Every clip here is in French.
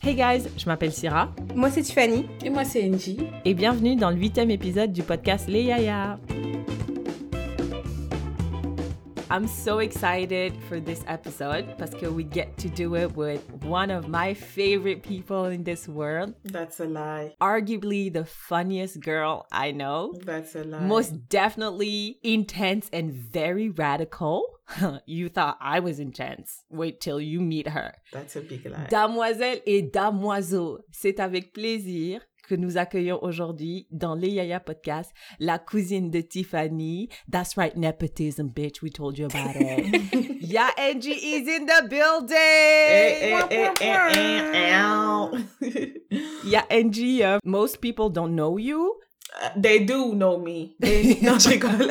Hey guys, je m'appelle Syrah. Moi c'est Tiffany. Et moi c'est Angie. Et bienvenue dans le 8e épisode du podcast Les Yaya. I'm so excited for this episode parce que we get to do it with one of my favorite people in this world. That's a lie. Arguably the funniest girl I know. That's a lie. Most definitely intense and very radical. You thought I was intense. Wait till you meet her. That's a big lie. Damoiselles et damoiseaux, c'est avec plaisir que nous accueillons aujourd'hui dans les Yaya Podcast la cousine de Tiffany. That's right, nepotism, bitch. We told you about it. Yeah, Angie is in the building. Yeah, Angie, most people don't know you. They do know me. Non, je rigole.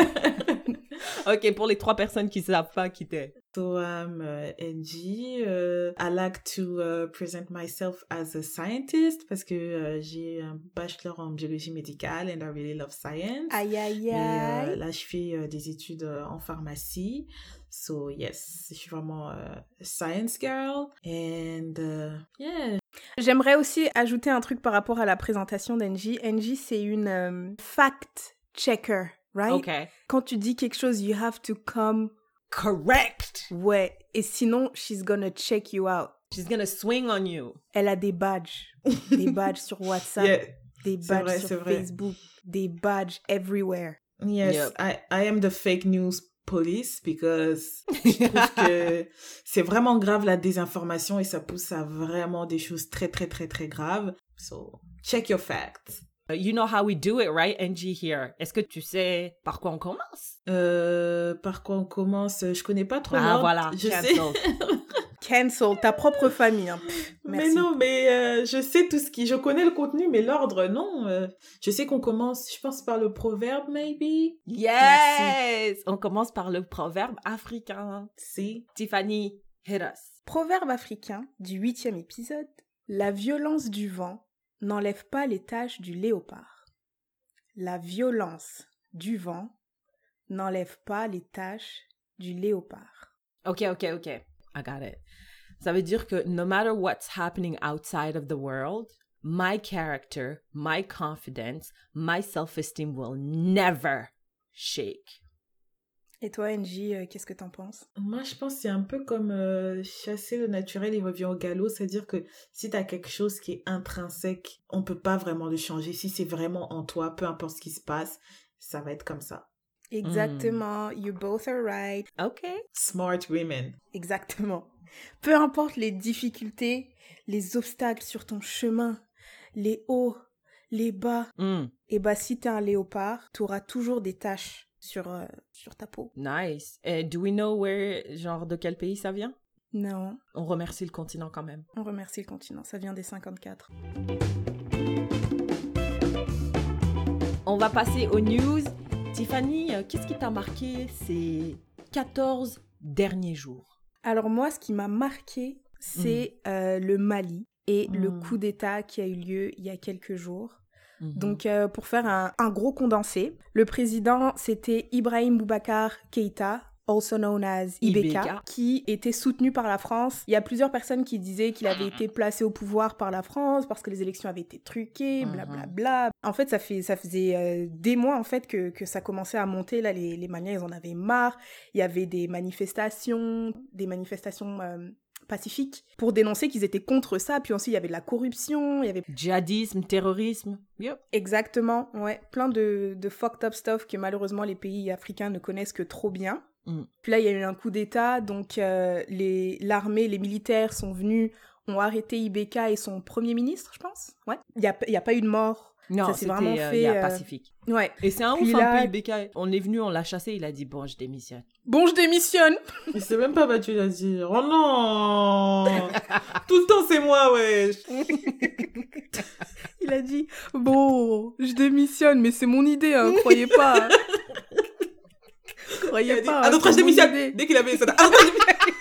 OK, pour les 3 personnes qui ne savent pas qui t'es. So I'm Angie. I like to present myself as a scientist parce que j'ai un bachelor en biologie médicale and I really love science. Aïe aïe Et aïe. là, je fais des études en pharmacie. So yes, je suis vraiment science girl. And yeah. J'aimerais aussi ajouter un truc par rapport à la présentation d'Angie. Angie, c'est une fact checker, right? OK. Quand tu dis quelque chose, you have to come Correct. ouais. Et sinon, she's gonna check you out. She's gonna swing on you. Elle a des badges. Des badges sur WhatsApp. Yeah. Des C'est badges vrai, sur c'est vrai. Facebook. Des badges everywhere. Yes, Yep. I am the fake news police because je trouve que c'est vraiment grave la désinformation et ça pousse à vraiment des choses très, très, très, très graves. So, check your facts. You know how we do it, right, Angie, here? Est-ce que tu sais par quoi on commence? Par quoi on commence? Je connais pas trop Ah, l'ordre. voilà. Je sais. Cancel. Cancel, ta propre famille. Hein. Mais Merci. non, mais je sais tout ce qui... Je connais le contenu, mais l'ordre, non. Je sais qu'on commence, je pense, par le proverbe, maybe. Yes! On commence par le proverbe africain. Si. Tiffany, hit us. Proverbe africain du 8e épisode. La violence du vent n'enlève pas les taches du léopard. La violence du vent n'enlève pas les taches du léopard. OK. I got it. Ça veut dire que no matter what's happening outside of the world, my character, my confidence, my self-esteem will never shake. Et toi, Angie, qu'est-ce que t'en penses? Moi, je pense que c'est un peu comme chasser le naturel, il revient au galop. C'est-à-dire que si tu as quelque chose qui est intrinsèque, on peut pas vraiment le changer. Si c'est vraiment en toi, peu importe ce qui se passe, ça va être comme ça. Exactement, you both are right. OK. Smart women. Exactement. Peu importe les difficultés, les obstacles sur ton chemin, les hauts, les bas, et bah si t'es un léopard, t'auras toujours des taches sur ta peau. Nice. Do we know genre de quel pays ça vient? Non, On remercie le continent quand même. on remercie le continent, ça vient des 54. On va passer aux news. Tiffany, qu'est-ce qui t'a marqué ces 14 derniers jours? Alors moi, ce qui m'a marqué, c'est le Mali et le coup d'État qui a eu lieu il y a quelques jours. Donc, pour faire un gros condensé, le président, c'était Ibrahim Boubacar Keïta, also known as Ibeka, qui était soutenu par la France. Il y a plusieurs personnes qui disaient qu'il avait été placé au pouvoir par la France parce que les élections avaient été truquées, blablabla. En fait, ça faisait des mois en fait que ça commençait à monter. Là, les Maliens, ils en avaient marre. Il y avait des manifestations pacifiques pour dénoncer qu'ils étaient contre ça. Puis aussi, il y avait de la corruption, il y avait... Djihadisme, terrorisme. Yep. Exactement, ouais. Plein de fucked up stuff que malheureusement les pays africains ne connaissent que trop bien. Puis là, il y a eu un coup d'État, donc l'armée, les militaires sont venus, ont arrêté Ibeka et son premier ministre, je pense. Ouais. Il y a pas eu de mort. Non, ça s'est c'était vraiment fait pacifique. Ouais. Et c'est un Puis ouf là- un peu, Ibeka. On est venu, on l'a chassé, il a dit, bon, je démissionne. Bon, je démissionne. Il s'est même pas battu à dire. Oh non. Tout le temps, c'est moi, wesh. Il a dit, bon, je démissionne, mais c'est mon idée, hein, croyez pas. Il Croyez a dit, pas. à notre âge c'est mon démissionne. idée. Dès qu'il avait ça. À notre âge démissionne.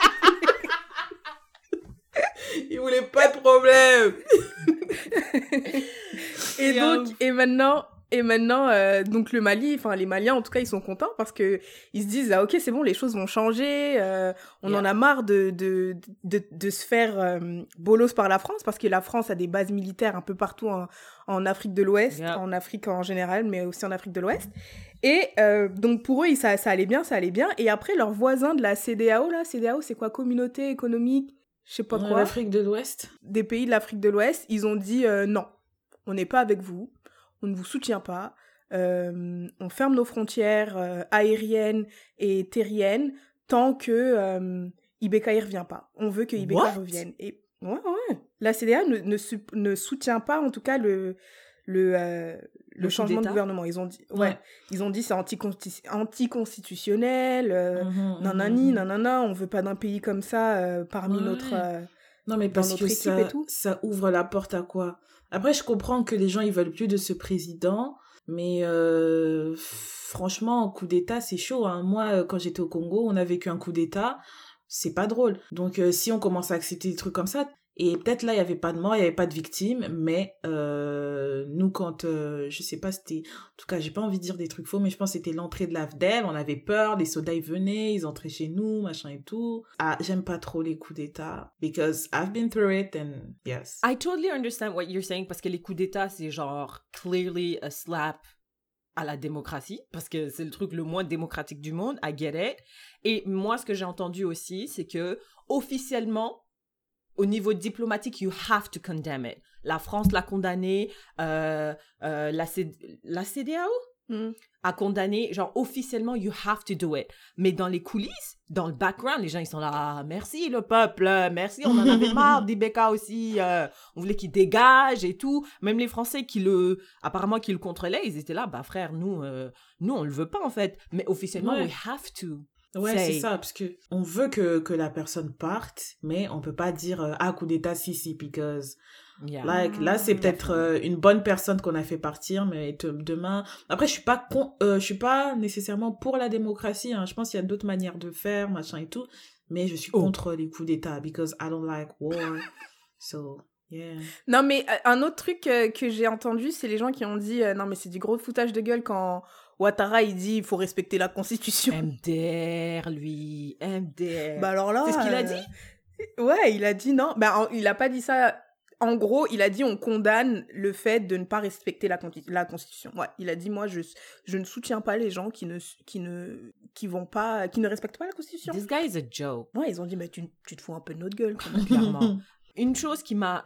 Il voulait pas de problème. Et donc, et maintenant, Et maintenant, donc le Mali, enfin les Maliens en tout cas, ils sont contents parce que ils se disent ok, c'est bon, les choses vont changer. On en a marre de se faire bolos par la France parce que la France a des bases militaires un peu partout en Afrique de l'Ouest, en Afrique en général, mais aussi en Afrique de l'Ouest. Et donc pour eux, ça allait bien. Et après, leurs voisins de la CEDEAO, CEDEAO, c'est quoi, Communauté économique, je sais pas quoi. L'Afrique de l'Ouest. Des pays de l'Afrique de l'Ouest, ils ont dit non, on n'est pas avec vous. On ne vous soutient pas, on ferme nos frontières aériennes et terriennes tant que Ibeka ne revient pas. On veut que Ibeka revienne. Et ouais. La CEDEAO ne soutient pas, en tout cas, le changement de gouvernement. Ils ont dit, ils ont dit c'est anticonstitutionnel, nanana, on veut pas d'un pays comme ça parmi notre non, mais parce que ça ouvre la porte à quoi? Après, je comprends que les gens, ils veulent plus de ce président, mais franchement, coup d'État, c'est chaud. Hein. Moi, quand j'étais au Congo, on a vécu un coup d'État, c'est pas drôle. Donc, si on commence à accepter des trucs comme ça, et peut-être là, il n'y avait pas de mort, il n'y avait pas de victimes, mais nous, quand, je sais pas, c'était... En tout cas, j'ai pas envie de dire des trucs faux, mais je pense que c'était l'entrée de l'AFDEL, on avait peur, les soldats, ils venaient, ils entraient chez nous, machin et tout. Ah, j'aime pas trop les coups d'État, because I've been through it, and yes. I totally understand what you're saying, parce que les coups d'État, c'est genre, clearly a slap à la démocratie, parce que c'est le truc le moins démocratique du monde, I get it. Et moi, ce que j'ai entendu aussi, c'est que, officiellement, au niveau diplomatique, you have to condemn it. La France l'a condamné, la CEDEAO a condamné, genre officiellement, you have to do it. Mais dans les coulisses, dans le background, les gens, ils sont là, ah, merci le peuple, merci, on en avait marre d'Ibeka aussi, on voulait qu'il dégage et tout. Même les Français apparemment qui le contrôlaient, ils étaient là, bah frère, nous on le veut pas en fait. Mais officiellement, we have to. Ouais, c'est ça, parce que on veut que la personne parte, mais on peut pas dire coup d'État, si, because là c'est peut-être une bonne personne qu'on a fait partir, mais demain. Après, je suis pas nécessairement pour la démocratie. Hein. Je pense qu'il y a d'autres manières de faire, machin et tout, mais je suis contre les coups d'État because I don't like war. So yeah. Non, mais un autre truc que j'ai entendu, c'est les gens qui ont dit non, mais c'est du gros foutage de gueule quand Ouattara, il dit il faut respecter la Constitution. MDR, lui. MDR. Bah alors là... C'est ce qu'il a dit? Ouais, il a dit non. Bah, il a pas dit ça... En gros, il a dit on condamne le fait de ne pas respecter la Constitution. Ouais, il a dit moi, je ne soutiens pas les gens qui ne respectent pas la Constitution. This guy is a joke. Ouais, ils ont dit mais tu te fous un peu de notre gueule, clairement. Une chose qui m'est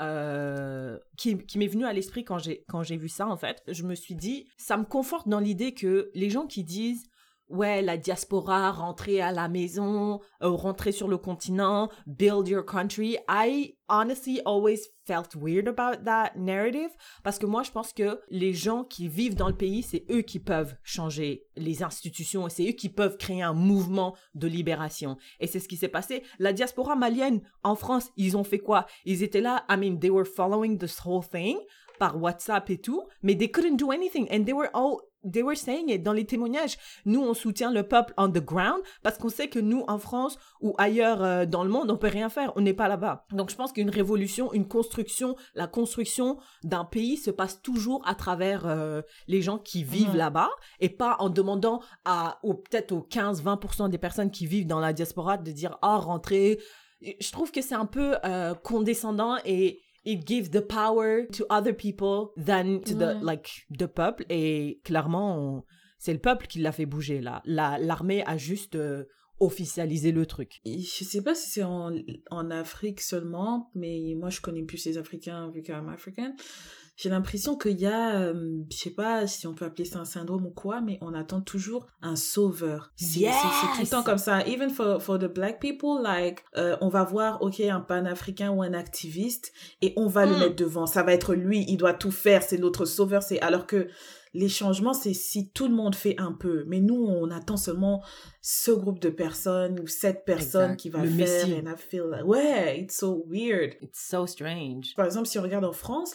venue à l'esprit quand j'ai vu ça, en fait, je me suis dit, ça me conforte dans l'idée que les gens qui disent ouais, la diaspora, rentrer à la maison, rentrer sur le continent, build your country, I honestly always felt weird about that narrative, parce que moi, je pense que les gens qui vivent dans le pays, c'est eux qui peuvent changer les institutions, et c'est eux qui peuvent créer un mouvement de libération. Et c'est ce qui s'est passé. La diaspora malienne, en France, ils ont fait quoi? Ils étaient là, I mean, they were following this whole thing, par WhatsApp et tout, mais they couldn't do anything, and they were saying it dans les témoignages. Nous, on soutient le peuple on the ground parce qu'on sait que nous, en France ou ailleurs dans le monde, on peut rien faire. On n'est pas là-bas. Donc, je pense qu'une révolution, la construction d'un pays se passe toujours à travers les gens qui vivent là-bas et pas en demandant peut-être aux 15-20% des personnes qui vivent dans la diaspora de dire « Ah, rentrez ». Je trouve que c'est un peu condescendant et it gives the power to other people than to the peuple. Et clairement, c'est le peuple qui l'a fait bouger, là. L'armée a juste officialisé le truc. Et je sais pas si c'est en Afrique seulement, mais moi, je connais plus les Africains vu que I'm African. J'ai l'impression qu'il y a, je sais pas si on peut appeler ça un syndrome ou quoi, mais on attend toujours un sauveur. C'est tout le temps comme ça. Even for the black people, like, on va voir, ok, un panafricain ou un activiste, et on va le mettre devant. Ça va être lui, il doit tout faire, c'est notre sauveur. Alors que les changements, c'est si tout le monde fait un peu. Mais nous, on attend seulement ce groupe de personnes ou cette personne qui va le faire. And I feel like, ouais, it's so weird. It's so strange. Par exemple, si on regarde en France, là,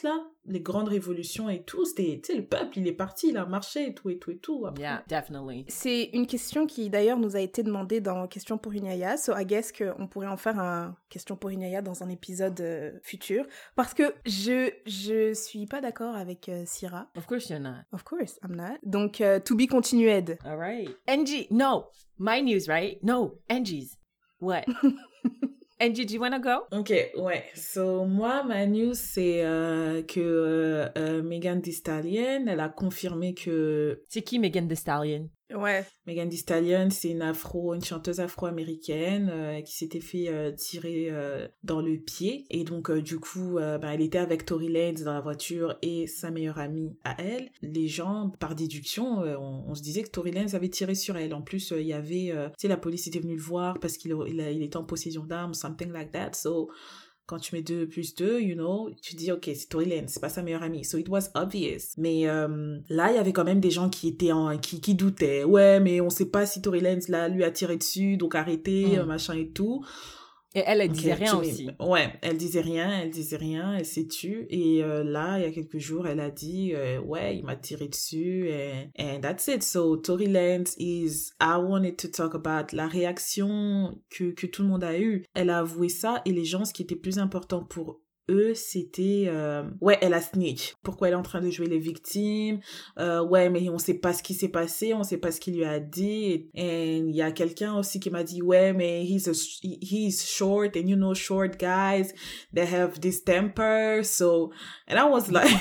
les grandes révolutions et tout, c'était, tu sais, le peuple, il est parti, il a marché et tout, et tout, et tout. Après. Yeah, definitely. C'est une question qui, d'ailleurs, nous a été demandée dans Question pour une Yaya. So, I guess qu'on pourrait en faire un Question pour une Yaya dans un épisode futur. Parce que je suis pas d'accord avec Syrah. Of course you're not. Of course, I'm not. Donc, to be continued. All right. Angie, no. My news, right? No, Angie's. What? Angie, do you want to go? Ok, ouais. So, moi, ma news, c'est que Megan Thee Stallion, elle a confirmé que... C'est qui Megan Thee Stallion? Ouais. Megan Thee Stallion, c'est une chanteuse afro-américaine qui s'était fait tirer dans le pied. Et donc, du coup, elle était avec Tory Lanez dans la voiture et sa meilleure amie à elle. Les gens, par déduction, on se disait que Tory Lanez avait tiré sur elle. En plus, il y avait... tu sais, la police était venue le voir parce qu'il était en possession d'armes, something like that. So... Quand tu mets 2 plus 2, you know, tu dis, ok, c'est Tory Lanez, c'est pas sa meilleure amie. So it was obvious. Mais là, il y avait quand même des gens qui étaient qui doutaient. Ouais, mais on sait pas si Tory Lanez, là, lui a tiré dessus, donc arrêtez, machin et tout. Et elle disait rien aussi. Ouais, elle disait rien, elle s'est tue. Et là, il y a quelques jours, elle a dit, ouais, il m'a tiré dessus, and that's it. So, Tory Lanez I wanted to talk about la réaction que tout le monde a eue. Elle a avoué ça, et les gens, ce qui était plus important pour eux, c'était ouais, elle a snitch. Pourquoi elle est en train de jouer les victimes? Ouais, mais on sait pas ce qui s'est passé, on sait pas ce qu'il lui a dit. Et il y a quelqu'un aussi qui m'a dit, ouais, mais he's short, and you know, short guys, they have this temper. So, and I was like,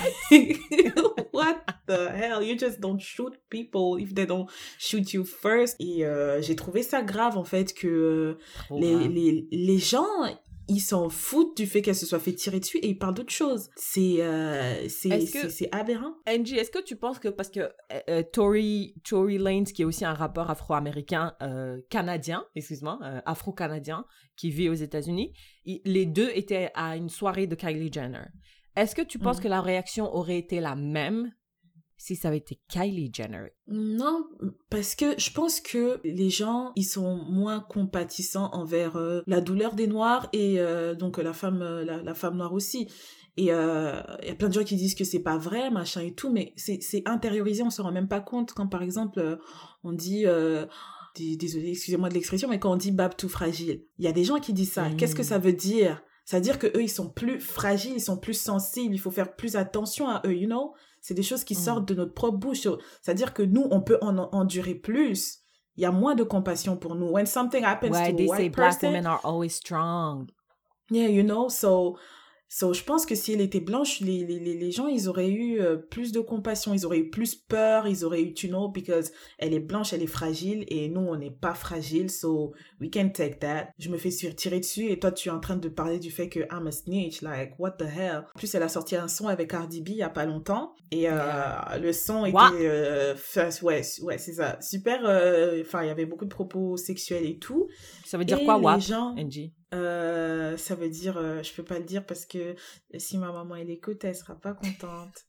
what the hell? You just don't shoot people if they don't shoot you first. Et j'ai trouvé ça grave, en fait, que les gens... Ils s'en foutent du fait qu'elle se soit fait tirer dessus et ils parlent d'autre chose. C'est aberrant. Angie, est-ce que tu penses que parce que Tory Lanez, qui est aussi un rappeur afro-américain canadien, afro-canadien, qui vit aux États-Unis, les deux étaient à une soirée de Kylie Jenner. Est-ce que tu penses que la réaction aurait été la même si ça avait été Kylie Jenner? Non, parce que je pense que les gens, ils sont moins compatissants envers la douleur des Noirs et donc la femme noire aussi. Et il y a plein de gens qui disent que c'est pas vrai, machin et tout, mais c'est intériorisé, on se rend même pas compte quand, par exemple, on dit... désolé, excusez-moi de l'expression, mais quand on dit « bab tout fragile », il y a des gens qui disent ça. Qu'est-ce que ça veut dire? Ça veut dire que eux, ils sont plus fragiles, ils sont plus sensibles, il faut faire plus attention à eux, you know? C'est des choses qui sortent de notre propre bouche. C'est-à-dire que nous, on peut en endurer plus. Il y a moins de compassion pour nous. When something happens to a white person... they say black women are always strong. Yeah, you know, so je pense que si elle était blanche, les gens, ils auraient eu plus de compassion, ils auraient eu plus peur, ils auraient eu, you know, because elle est blanche, elle est fragile, et nous, on n'est pas fragile, so we can take that. Je me fais tirer dessus, et toi, tu es en train de parler du fait que I'm a snitch, like, what the hell? En plus, elle a sorti un son avec Cardi B il y a pas longtemps, et le son était... ouais, c'est ça. Super, il y avait beaucoup de propos sexuels et tout. Ça veut dire quoi, WAP, gens... Angie? Ça veut dire, je peux pas le dire parce que si ma maman elle écoute, elle sera pas contente.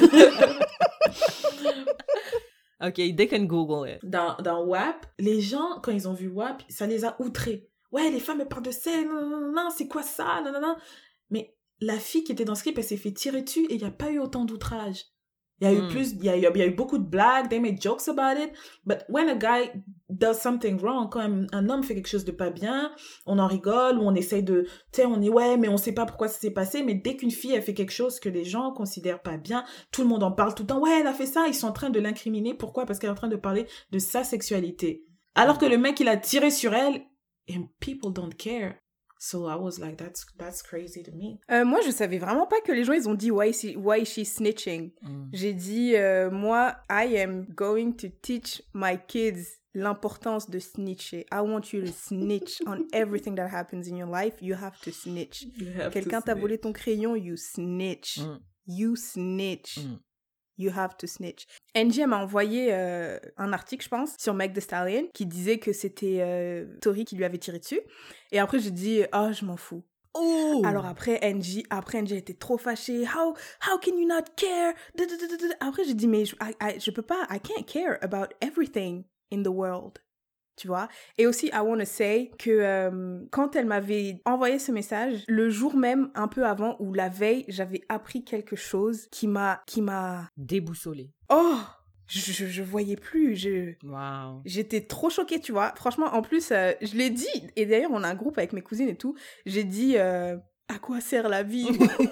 Ok, they can Google it. Dans WAP, les gens, quand ils ont vu WAP, ça les a outrés. Ouais, les femmes, elles parlent de ça, non, c'est quoi ça, non. Mais la fille qui était dans ce clip, elle s'est fait tirer dessus et il n'y a pas eu autant d'outrage. Il y a eu il y a eu beaucoup de blagues, they made jokes about it, but when a guy does something wrong, quand un homme fait quelque chose de pas bien, on en rigole, ou on essaye de, tu sais, on dit ouais, mais on sait pas pourquoi ça s'est passé, mais dès qu'une fille, elle fait quelque chose que les gens considèrent pas bien, tout le monde en parle tout le temps, ouais, elle a fait ça, ils sont en train de l'incriminer, pourquoi? Parce qu'elle est en train de parler de sa sexualité. Alors que le mec, il a tiré sur elle, and people don't care. So I was like, that's crazy to me. Moi, je savais vraiment pas que les gens, ils ont dit why is she snitching. J'ai dit, moi, I am going to teach my kids l'importance de snitcher. I want you to snitch on everything that happens in your life. You have to snitch. Quelqu'un t'a volé ton crayon, you snitch. You snitch. You have to snitch. Angie m'a envoyé un article, je pense, sur Meg Thee Stallion, qui disait que c'était Tory qui lui avait tiré dessus. Et après, j'ai dit, je m'en fous. Oh! Alors après, Angie était trop fâchée. How can you not care? Après, j'ai dit, mais je peux pas, I can't care about everything in the world. tu vois. Et aussi, I want to say que quand elle m'avait envoyé ce message, le jour même, un peu avant ou la veille, j'avais appris quelque chose qui m'a... Déboussolé. Oh, je voyais plus, Wow. j'étais trop choquée, tu vois. Franchement, en plus, je l'ai dit, et d'ailleurs, on a un groupe avec mes cousines et tout, j'ai dit, à quoi sert la vie?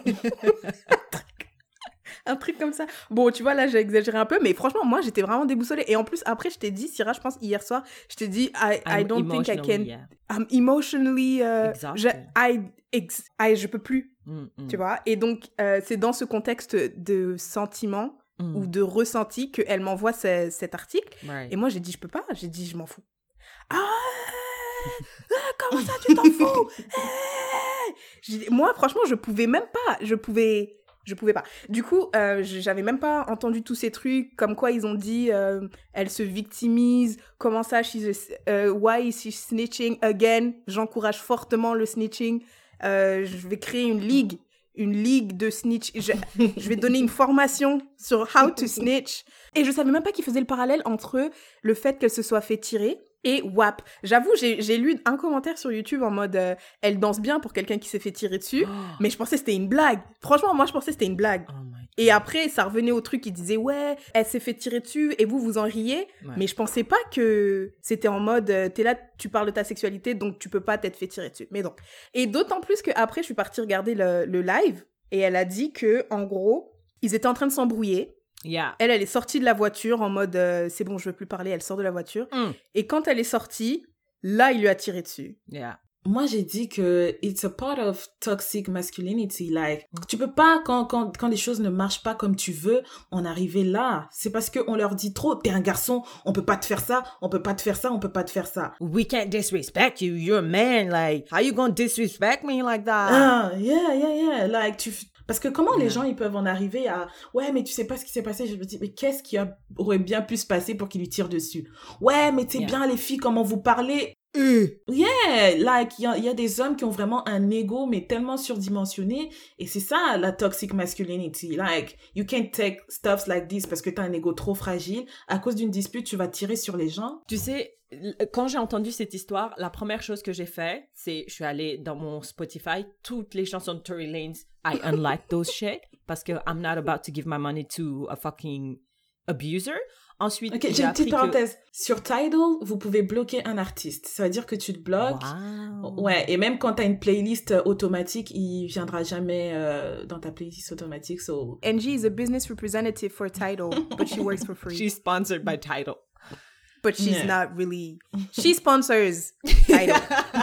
Un truc comme ça. Bon, tu vois, là, j'ai exagéré un peu, mais franchement, moi, j'étais vraiment déboussolée. Et en plus, après, je t'ai dit, Syrah, je pense, hier soir, je t'ai dit, I don't think I can... Yeah. I'm emotionally... Exactly. je peux plus, tu vois. Et donc, c'est dans ce contexte de sentiment ou de ressenti qu'elle m'envoie cet article. Right. Et moi, j'ai dit, je peux pas. J'ai dit, je m'en fous. Comment ça, tu t'en fous? Moi, franchement, je pouvais même pas. Je pouvais pas. Du coup, j'avais même pas entendu tous ces trucs, comme quoi ils ont dit, elle se victimise, comment ça, why is she snitching again? J'encourage fortement le snitching. Je vais créer une ligue de snitch. Je vais donner une formation sur how to snitch. Et je savais même pas qu'ils faisaient le parallèle entre le fait qu'elle se soit fait tirer et WAP. J'avoue, j'ai lu un commentaire sur YouTube en mode elle danse bien pour quelqu'un qui s'est fait tirer dessus, mais je pensais que c'était une blague. Franchement, moi, je pensais que c'était une blague. Oh my God. Et après, ça revenait au truc qui disait ouais, elle s'est fait tirer dessus et vous en riez. Ouais. Mais je pensais pas que c'était en mode t'es là, tu parles de ta sexualité, donc tu peux pas t'être fait tirer dessus. Mais donc. Et d'autant plus qu'après, je suis partie regarder le live et elle a dit que en gros, ils étaient en train de s'embrouiller. Yeah. Elle est sortie de la voiture en mode c'est bon, je veux plus parler, elle sort de la voiture. Et quand elle est sortie, là, il lui a tiré dessus. Yeah. Moi, j'ai dit que it's a part of toxic masculinity. Like, tu peux pas, quand les choses ne marchent pas comme tu veux, en arriver là. C'est parce qu'on leur dit trop, t'es un garçon, on peut pas te faire ça, on peut pas te faire ça, on peut pas te faire ça. We can't disrespect you. You're a man. Like, how you gonna disrespect me like that? Yeah. Like, parce que comment les gens, ils peuvent en arriver à... Ouais, mais tu sais pas ce qui s'est passé. Je me dis, mais qu'est-ce qui aurait bien pu se passer pour qu'il lui tire dessus? Ouais, mais c'est bien les filles, comment vous parlez? Yeah, like, il y a des hommes qui ont vraiment un ego, mais tellement surdimensionné. Et c'est ça, la toxic masculinity. Like, you can't take stuff like this parce que t'as un ego trop fragile. À cause d'une dispute, tu vas tirer sur les gens. Tu sais, quand j'ai entendu cette histoire, la première chose que j'ai fait, c'est je suis allée dans mon Spotify, toutes les chansons de Tory Lanez, I unlike those shit parce que I'm not about to give my money to a fucking abuser. Ensuite, ok, j'ai une petite parenthèse. Sur Tidal, vous pouvez bloquer un artiste. Ça veut dire que tu te bloques. Wow. Ouais, et même quand t'as une playlist automatique, il viendra jamais dans ta playlist automatique. So... Angie is a business representative for Tidal, but she works for free. She's sponsored by Tidal. But she's not really... She sponsors Tidal.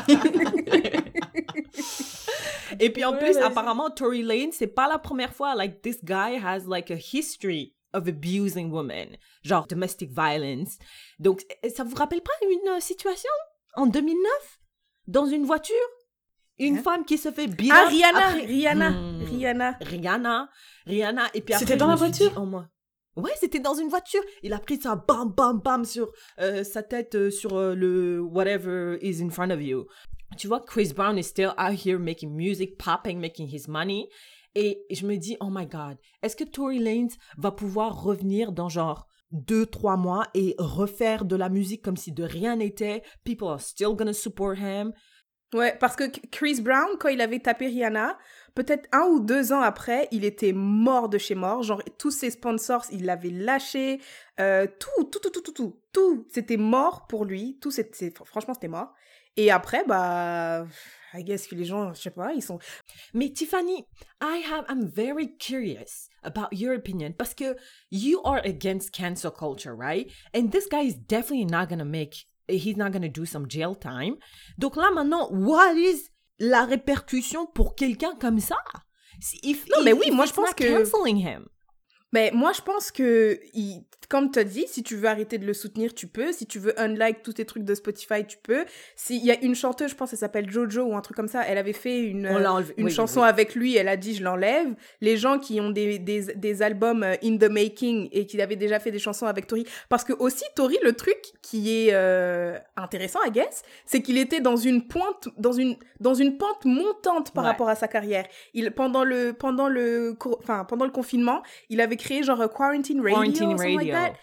Et puis en plus, apparemment, Tory Lanez, c'est pas la première fois. Like, this guy has like a history of abusing women, genre domestic violence. Donc, ça vous rappelle pas une situation en 2009 dans une voiture? Une femme qui se fait bien. Ah, Rihanna. Rihanna. Et puis après, c'était dans la voiture? Ouais, c'était dans une voiture. Il a pris ça, bam, bam, bam, sur sa tête, sur le whatever is in front of you. Tu vois, Chris Brown is still out here making music, popping, making his money. Et je me dis, oh my God, est-ce que Tory Lanez va pouvoir revenir dans genre 2-3 mois et refaire de la musique comme si de rien n'était? People are still gonna support him. Ouais, parce que Chris Brown, quand il avait tapé Rihanna, peut-être 1 ou 2 ans après, il était mort de chez mort. Genre, tous ses sponsors, il l'avait lâché. Tout. C'était mort pour lui. Franchement, c'était mort. Et après, bah... I guess que les gens, je sais pas, ils sont... Mais Tiffany, I'm very curious about your opinion parce que you are against cancel culture, right? And this guy is definitely not he's not gonna do some jail time. Donc là, maintenant, what is la répercussion pour quelqu'un comme ça? Mais oui, moi je pense que... canceling him. Mais moi, je pense que, comme tu as dit, si tu veux arrêter de le soutenir, tu peux. Si tu veux unlike tous tes trucs de Spotify, tu peux. S'il y a une chanteuse, je pense qu'elle s'appelle Jojo ou un truc comme ça, elle avait fait une chanson avec lui, elle a dit « je l'enlève ». Les gens qui ont des albums in the making et qui avaient déjà fait des chansons avec Tory. Parce que aussi, Tory, le truc qui est intéressant, I guess, c'est qu'il était dans une pente montante par rapport à sa carrière. Pendant le confinement, il avait créé genre Quarantine Radio. Like that.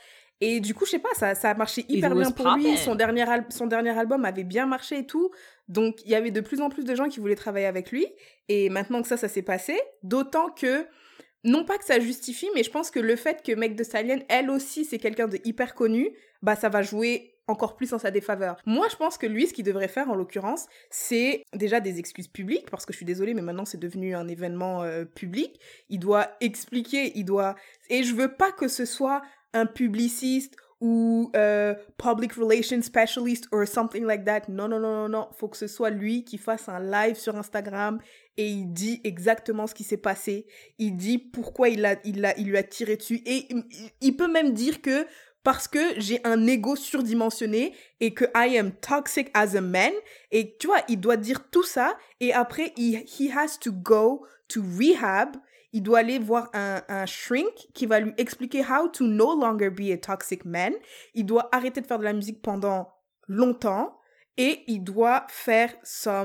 Et du coup, je sais pas, ça a marché hyper bien pour lui. Son dernier album avait bien marché et tout. Donc, il y avait de plus en plus de gens qui voulaient travailler avec lui. Et maintenant que ça s'est passé, d'autant que, non pas que ça justifie, mais je pense que le fait que Meg Thee Stallion, elle aussi, c'est quelqu'un de hyper connu, bah ça va jouer encore plus en sa défaveur. Moi, je pense que lui, ce qu'il devrait faire, en l'occurrence, c'est déjà des excuses publiques, parce que je suis désolée, mais maintenant, c'est devenu un événement public. Il doit expliquer, Et je veux pas que ce soit un publiciste ou public relations specialist or something like that. Non. Faut que ce soit lui qui fasse un live sur Instagram et il dit exactement ce qui s'est passé. Il dit pourquoi il lui a tiré dessus. Et il peut même dire que parce que j'ai un ego surdimensionné et que I am toxic as a man. Et tu vois, il doit dire tout ça. Et après, he has to go to rehab. Il doit aller voir un shrink qui va lui expliquer how to no longer be a toxic man. Il doit arrêter de faire de la musique pendant longtemps. Et il doit faire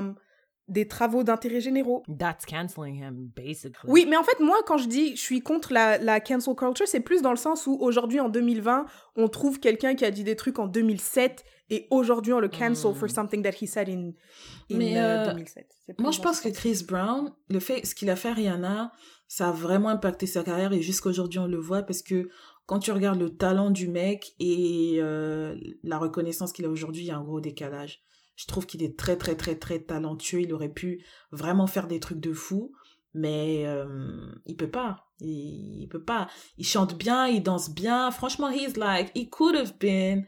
des travaux d'intérêt généraux. That's canceling him, basically. Oui, mais en fait, moi, quand je dis je suis contre la cancel culture, c'est plus dans le sens où aujourd'hui, en 2020, on trouve quelqu'un qui a dit des trucs en 2007 et aujourd'hui, on le cancel for something that he said in 2007. Moi, je pense que Chris Brown, ce qu'il a fait à Rihanna, ça a vraiment impacté sa carrière et jusqu'aujourd'hui, on le voit parce que quand tu regardes le talent du mec et la reconnaissance qu'il a aujourd'hui, il y a un gros décalage. Je trouve qu'il est très, très, très, très talentueux. Il aurait pu vraiment faire des trucs de fou, mais il peut pas. Il peut pas. Il chante bien, il danse bien. Franchement, he could have been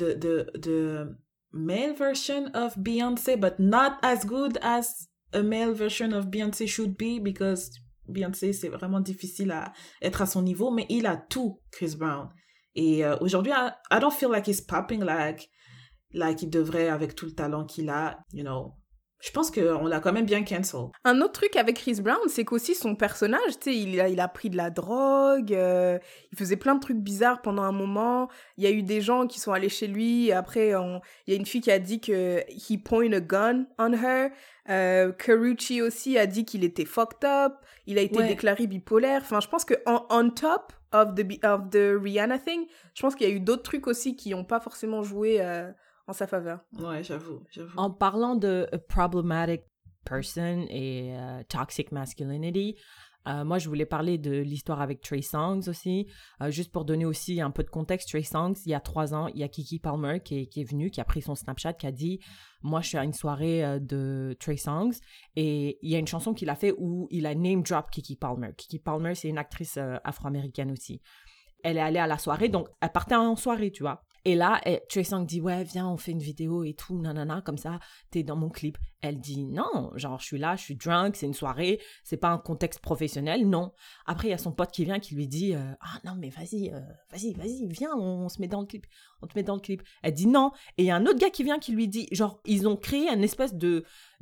the male version of Beyoncé, but not as good as a male version of Beyoncé should be, because Beyoncé, c'est vraiment difficile à être à son niveau, mais il a tout, Chris Brown. Et aujourd'hui, I don't feel like he's popping like il devrait avec tout le talent qu'il a, Je pense qu'on l'a quand même bien cancel. Un autre truc avec Chris Brown, c'est qu'aussi son personnage, tu sais, il a pris de la drogue, il faisait plein de trucs bizarres pendant un moment. Il y a eu des gens qui sont allés chez lui. Après, il y a une fille qui a dit que he point a gun on her. Karrueche aussi a dit qu'il était fucked up. Il a été déclaré bipolaire. Enfin, je pense que on top of the Rihanna thing, je pense qu'il y a eu d'autres trucs aussi qui n'ont pas forcément joué en sa faveur. Ouais, j'avoue. En parlant de problematic person et toxic masculinity, moi, je voulais parler de l'histoire avec Trey Songz aussi. Juste pour donner aussi un peu de contexte, Trey Songz, il y a 3 ans, il y a Keke Palmer qui est venue, qui a pris son Snapchat, qui a dit « Moi, je suis à une soirée de Trey Songz. » Et il y a une chanson qu'il a fait où il a name drop Keke Palmer. Keke Palmer, c'est une actrice afro-américaine aussi. Elle est allée à la soirée, donc elle partait en soirée, tu vois. Et là, Trey Songz dit « Ouais, viens, on fait une vidéo et tout, nanana, comme ça, t'es dans mon clip. » Elle dit « Non, genre, je suis là, je suis drunk, c'est une soirée, c'est pas un contexte professionnel, non. » Après, il y a son pote qui vient, qui lui dit « Ah non, mais vas-y, viens, on se met dans le clip. On te met dans le clip. » Elle dit « Non. » Et il y a un autre gars qui vient, qui lui dit, genre, ils ont créé une espèce de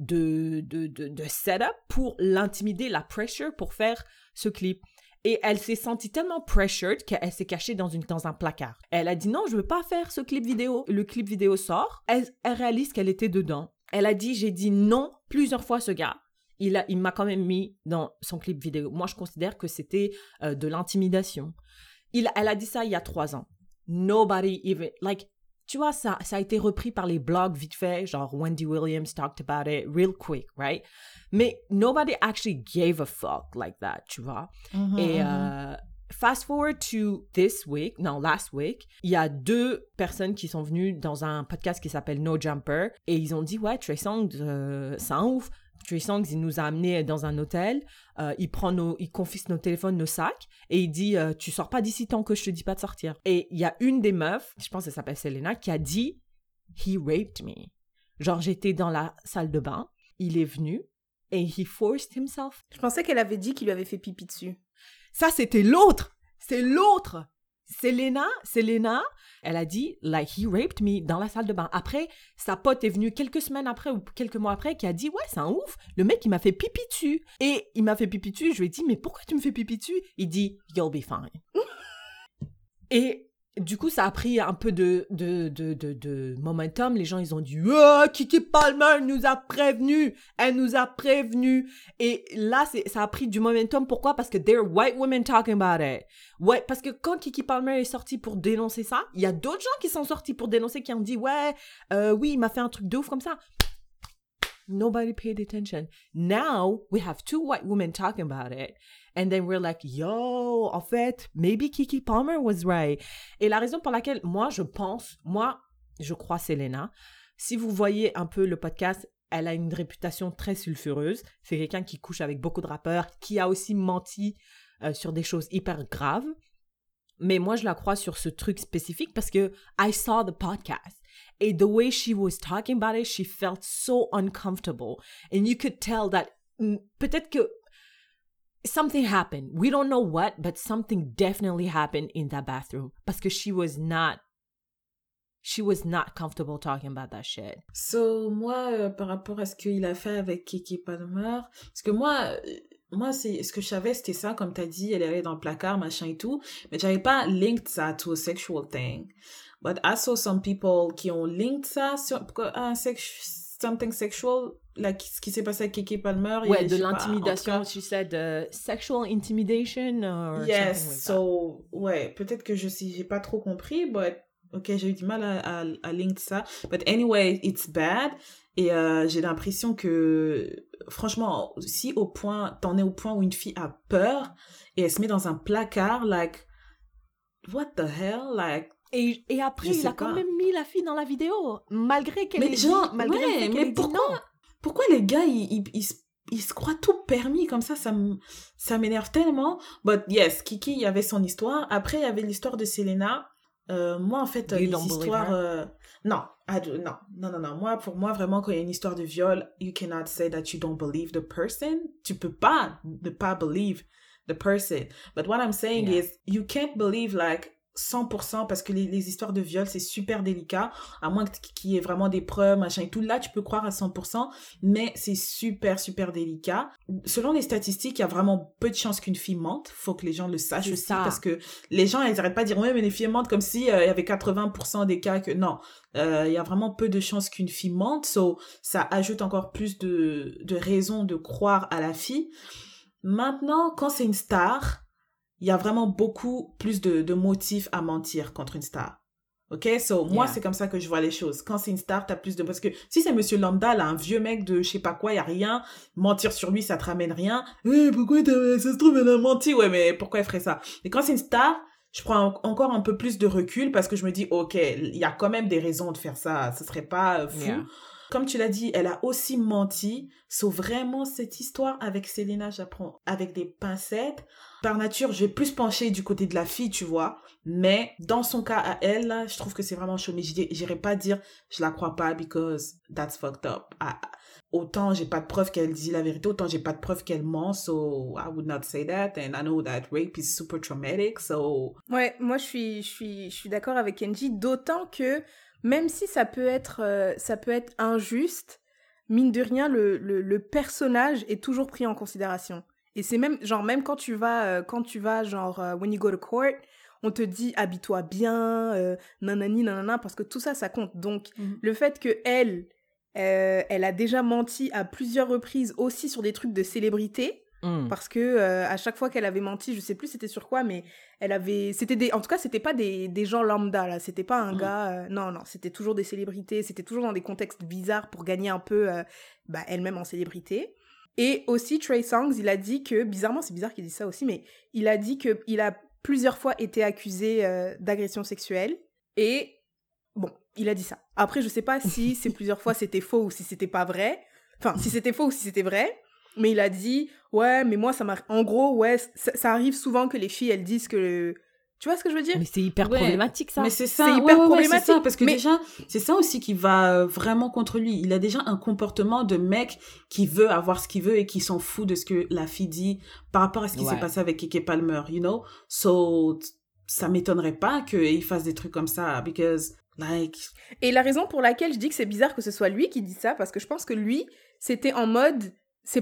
setup pour l'intimider, la pressure pour faire ce clip. Et elle s'est sentie tellement pressured qu'elle s'est cachée dans un placard. Elle a dit non, je veux pas faire ce clip vidéo. Le clip vidéo sort. Elle réalise qu'elle était dedans. Elle a dit, j'ai dit non plusieurs fois à ce gars. Il m'a quand même mis dans son clip vidéo. Moi, je considère que c'était de l'intimidation. Elle a dit ça il y a 3 ans. Nobody even, tu vois, ça a été repris par les blogs vite fait, genre Wendy Williams talked about it real quick, right? Mais nobody actually gave a fuck like that, tu vois? Et fast forward to last week, il y a 2 personnes qui sont venues dans un podcast qui s'appelle No Jumper et ils ont dit, ouais, Trey Songz, c'est un ouf. Trey Songz, il nous a amenés dans un hôtel, il confisque nos téléphones, nos sacs, et il dit « Tu sors pas d'ici tant que je te dis pas de sortir. » Et il y a une des meufs, je pense qu'elle s'appelle Selena, qui a dit « He raped me. » Genre, j'étais dans la salle de bain, il est venu, et he forced himself. Je pensais qu'elle avait dit qu'il lui avait fait pipi dessus. Ça, c'était l'autre. C'est l'autre. Selena, elle a dit, he raped me dans la salle de bain. Après, sa pote est venue quelques semaines après ou quelques mois après qui a dit, ouais, c'est un ouf, le mec, il m'a fait pipi dessus. Et il m'a fait pipi dessus, je lui ai dit, mais pourquoi tu me fais pipi dessus? Il dit, you'll be fine. Et du coup, ça a pris un peu de momentum. Les gens, ils ont dit « Oh, Keke Palmer nous a prévenus. Elle nous a prévenus. » Et là, ça a pris du momentum. Pourquoi? Parce que there are white women talking about it. Ouais, parce que quand Keke Palmer est sortie pour dénoncer ça, il y a d'autres gens qui sont sortis pour dénoncer, qui ont dit « Ouais, oui, il m'a fait un truc de ouf comme ça. » Nobody paid attention. Now, we have 2 white women talking about it. And then we're like, yo, en fait, maybe Keke Palmer was right. Et la raison pour laquelle, moi, je crois Selena. Si vous voyez un peu le podcast, elle a une réputation très sulfureuse. C'est quelqu'un qui couche avec beaucoup de rappeurs, qui a aussi menti sur des choses hyper graves. Mais moi, je la crois sur ce truc spécifique parce que I saw the podcast. Et the way she was talking about it, she felt so uncomfortable. And you could tell that peut-être que something happened. We don't know what, but something definitely happened in that bathroom. Parce que she was not comfortable talking about that shit. So, moi, par rapport à ce qu'il a fait avec Keke Palmer, parce que moi, c'est ce que je savais, c'était ça, comme t'as dit, elle allait dans le placard, machin et tout, mais j'avais pas linked ça to a sexual thing. But I saw some people qui ont linked ça sur something sexual, like ce qui s'est passé avec Keke Palmer. Ouais, de l'intimidation, she said sexual intimidation or yes, something like so, ouais, peut-être que j'ai pas trop compris, but ok, j'ai eu du mal à link ça. But anyway, it's bad. Et j'ai l'impression que, franchement, si t'en es au point où une fille a peur et elle se met dans un placard, like, what the hell, like. Et après, il a quand même mis la fille dans la vidéo, malgré qu'elle ait dit, mais pourquoi les gars, ils se croient tout permis comme ça m'énerve tellement. But yes, Kiki, il y avait son histoire. Après, il y avait l'histoire de Selena. Moi, en fait, les histoires... Non. Moi, pour moi, vraiment, quand il y a une histoire de viol, you cannot say that you don't believe the person. Tu peux pas ne pas believe the person. But what I'm saying is, you can't believe, like, 100% parce que les histoires de viol, c'est super délicat. À moins qu'il y ait vraiment des preuves, machin et tout. Là, tu peux croire à 100%, mais c'est super, super délicat. Selon les statistiques, il y a vraiment peu de chances qu'une fille mente. Faut que les gens le sachent aussi, parce que les gens, ils arrêtent pas de dire, ouais, mais les filles mentent, comme si il y avait 80% des cas que... Non. Il y a vraiment peu de chances qu'une fille mente. So, ça ajoute encore plus de raisons de croire à la fille. Maintenant, quand c'est une star, il y a vraiment beaucoup plus de motifs à mentir contre une star. OK? So, moi, c'est comme ça que je vois les choses. Quand c'est une star, t'as plus de... Parce que si c'est Monsieur Lambda, là, un vieux mec de je sais pas quoi, il y a rien, mentir sur lui, ça te ramène rien. Pourquoi ça se trouve, elle a menti? Ouais, mais pourquoi elle ferait ça? Et quand c'est une star, je prends encore un peu plus de recul parce que je me dis, OK, il y a quand même des raisons de faire ça. Ce serait pas fou. Yeah. Comme tu l'as dit, elle a aussi menti. Sauf vraiment cette histoire avec Selena, j'apprends avec des pincettes. Par nature, je vais plus pencher du côté de la fille, tu vois. Mais dans son cas à elle, là, je trouve que c'est vraiment chaud. Mais j'irai pas dire, je la crois pas because that's fucked up. Autant j'ai pas de preuve qu'elle dit la vérité, autant j'ai pas de preuve qu'elle ment. So I would not say that. And I know that rape is super traumatic. So... Ouais, moi je suis d'accord avec Kenji. D'autant que même si ça peut être injuste, mine de rien, le personnage est toujours pris en considération. Et c'est même, genre, même quand tu vas, genre, when you go to court, on te dit, habille-toi bien, nanani, nanana, parce que tout ça, ça compte. Donc, le fait que elle a déjà menti à plusieurs reprises aussi sur des trucs de célébrité, parce que à chaque fois qu'elle avait menti, je sais plus c'était sur quoi, mais en tout cas c'était pas des gens lambda là, c'était pas un gars, non, c'était toujours des célébrités, c'était toujours dans des contextes bizarres pour gagner un peu elle-même en célébrité. Et aussi Trey Songz, il a dit que, bizarrement, c'est bizarre qu'il dise ça aussi, mais il a dit que il a plusieurs fois été accusé d'agression sexuelle, et bon, il a dit ça. Après je sais pas si ces plusieurs fois c'était faux ou si c'était pas vrai, enfin si c'était faux ou si c'était vrai. Mais il a dit, ouais, mais moi, ça m'arrive. En gros, ouais, ça arrive souvent que les filles, elles disent que... Tu vois ce que je veux dire? Mais c'est hyper problématique, ça. Mais c'est ça. C'est hyper problématique. C'est ça, parce que déjà, c'est ça aussi qui va vraiment contre lui. Il a déjà un comportement de mec qui veut avoir ce qu'il veut et qui s'en fout de ce que la fille dit par rapport à ce qui s'est passé avec Keke Palmer, you know? So, ça m'étonnerait pas qu'il fasse des trucs comme ça, because, like... Et la raison pour laquelle je dis que c'est bizarre que ce soit lui qui dit ça, parce que je pense que lui, c'était en mode...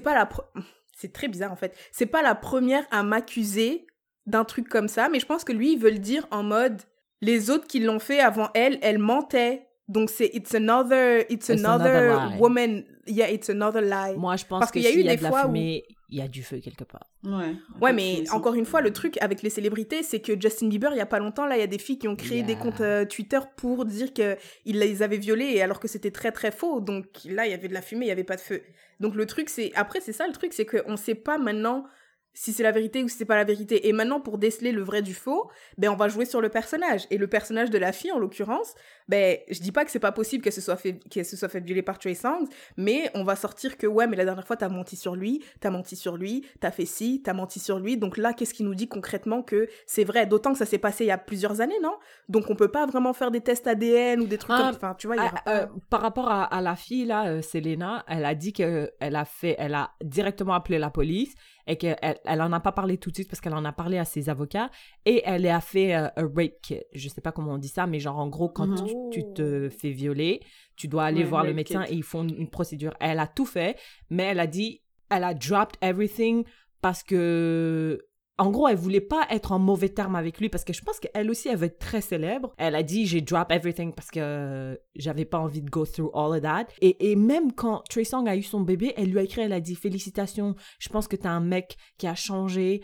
C'est très bizarre en fait. C'est pas la première à m'accuser d'un truc comme ça, mais je pense que lui, il veut le dire en mode Les autres qui l'ont fait avant elle mentaient. Donc, it's another lie. woman. Yeah, it's another lie. Moi, je pense Parce que qu'il y a eu s'il y a des de la fois fumée, il y a du feu quelque part. Ouais, mais encore une fois, le truc avec les célébrités, c'est que Justin Bieber, il y a pas longtemps, là, il y a des filles qui ont créé des comptes Twitter pour dire qu'ils les avaient violées, alors que c'était très, très faux. Donc là, il y avait de la fumée, il y avait pas de feu. Donc le truc, c'est... Après, c'est ça le truc, c'est qu'on sait pas maintenant si c'est la vérité ou si c'est pas la vérité. Et maintenant, pour déceler le vrai du faux, ben, on va jouer sur le personnage. Et le personnage de la fille, en l'occurrence, ben, je dis pas que c'est pas possible qu'elle se soit fait violer par Trey Songz, mais on va sortir que, ouais, mais la dernière fois, t'as menti sur lui, t'as fait ci, t'as menti sur lui. Donc là, qu'est-ce qui nous dit concrètement que c'est vrai? D'autant que ça s'est passé il y a plusieurs années, non? Donc on peut pas vraiment faire des tests ADN ou des trucs comme... Enfin, tu vois, il y aura pas... Par rapport à la fille, là, Selena, elle a dit qu'elle a directement appelé la police et qu'elle en a pas parlé tout de suite parce qu'elle en a parlé à ses avocats et elle a fait un rape kit. Je sais pas comment on dit ça, mais genre en gros, quand tu te fais violer, tu dois aller voir le médecin et ils font une procédure. Elle a tout fait, mais elle a dit, elle a dropped everything parce que... En gros, elle voulait pas être en mauvais terme avec lui parce que je pense qu'elle aussi, elle veut être très célèbre. Elle a dit, j'ai drop everything parce que j'avais pas envie de go through all of that. Et même quand Trey Songz a eu son bébé, elle lui a écrit, elle a dit, félicitations, je pense que t'as un mec qui a changé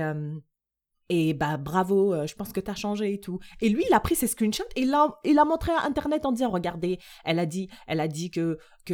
et bah bravo, je pense que t'as changé et tout. Et lui, il a pris ses screenshots et il a montré à Internet en disant, regardez, elle a dit que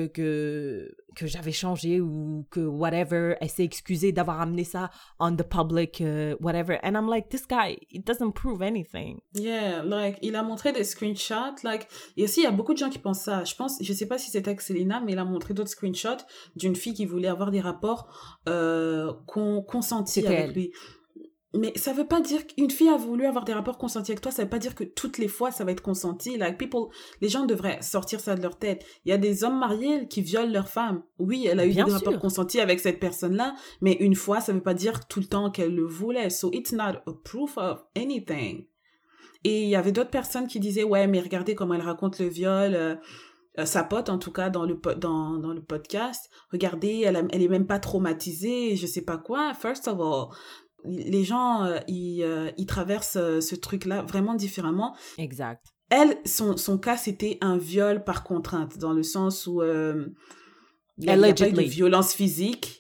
j'avais changé ou que whatever. Elle s'est excusée d'avoir amené ça on the public, whatever. And I'm like, this guy, it doesn't prove anything. Yeah, like, il a montré des screenshots, like, et aussi, il y a beaucoup de gens qui pensent ça. Je sais pas si c'était avec Selena, mais il a montré d'autres screenshots d'une fille qui voulait avoir des rapports consentis avec lui. Mais ça veut pas dire qu'une fille a voulu avoir des rapports consentis avec toi, ça veut pas dire que toutes les fois ça va être consenti. Like les gens devraient sortir ça de leur tête. Il y a des hommes mariés qui violent leur femme. Oui, elle a eu des rapports consentis avec cette personne-là, mais une fois, ça veut pas dire tout le temps qu'elle le voulait. So it's not a proof of anything. Et il y avait d'autres personnes qui disaient, ouais, mais regardez comment elle raconte le viol. Sa pote, en tout cas, dans le podcast. Regardez, elle est même pas traumatisée, je sais pas quoi. First of all, les gens, ils traversent ce truc-là vraiment différemment. Exact. Elle, son cas, c'était un viol par contrainte, dans le sens où il n'y a pas eu de violence physique.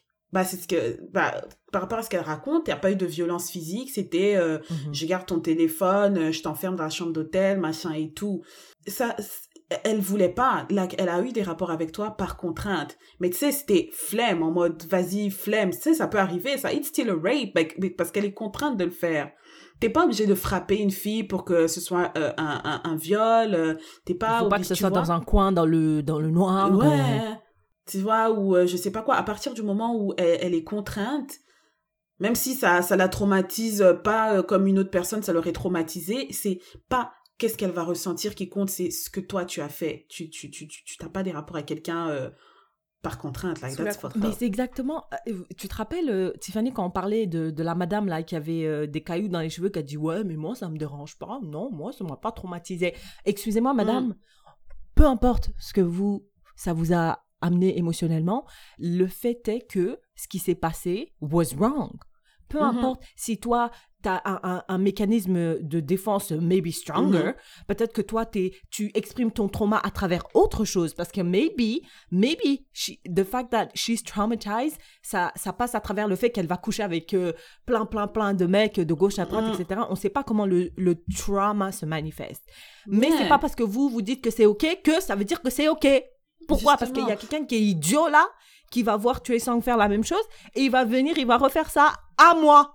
Par rapport à ce qu'elle raconte, il n'y a pas eu de violence physique. C'était, je garde ton téléphone, je t'enferme dans la chambre d'hôtel, machin et tout. Ça... Elle voulait pas, elle a eu des rapports avec toi par contrainte. Mais tu sais, c'était flemme, en mode, vas-y, flemme. Tu sais, ça peut arriver, ça, it's still a rape, parce qu'elle est contrainte de le faire. T'es pas obligé de frapper une fille pour que ce soit un viol. T'es pas obligé, faut pas que ce soit dans un coin, dans le noir. Ouais. Tu vois, ou je sais pas quoi. À partir du moment où elle est contrainte, même si ça la traumatise pas comme une autre personne, ça l'aurait traumatisé, c'est pas... Qu'est-ce qu'elle va ressentir qui compte, c'est ce que toi tu as fait. Tu t'as pas des rapports avec quelqu'un par contrainte. Like, mais c'est exactement... tu te rappelles, Tiffany, quand on parlait de la madame là, qui avait des cailloux dans les cheveux, qui a dit « Ouais, mais moi, ça me dérange pas. Non, moi, ça m'a pas traumatisé. » Excusez-moi, madame, peu importe ce que ça vous a amené émotionnellement, le fait est que ce qui s'est passé was wrong. Peu importe si toi, tu as un mécanisme de défense maybe stronger, peut-être que toi, tu exprimes ton trauma à travers autre chose, parce que maybe, the fact that she's traumatized, ça passe à travers le fait qu'elle va coucher avec plein de mecs de gauche à droite, etc. On ne sait pas comment le trauma se manifeste. Mais c'est pas parce que vous dites que c'est OK que ça veut dire que c'est OK. Pourquoi? Justement. Parce qu'il y a quelqu'un qui est idiot là, qui va voir Trey Songz faire la même chose et il va venir, il va refaire ça à moi.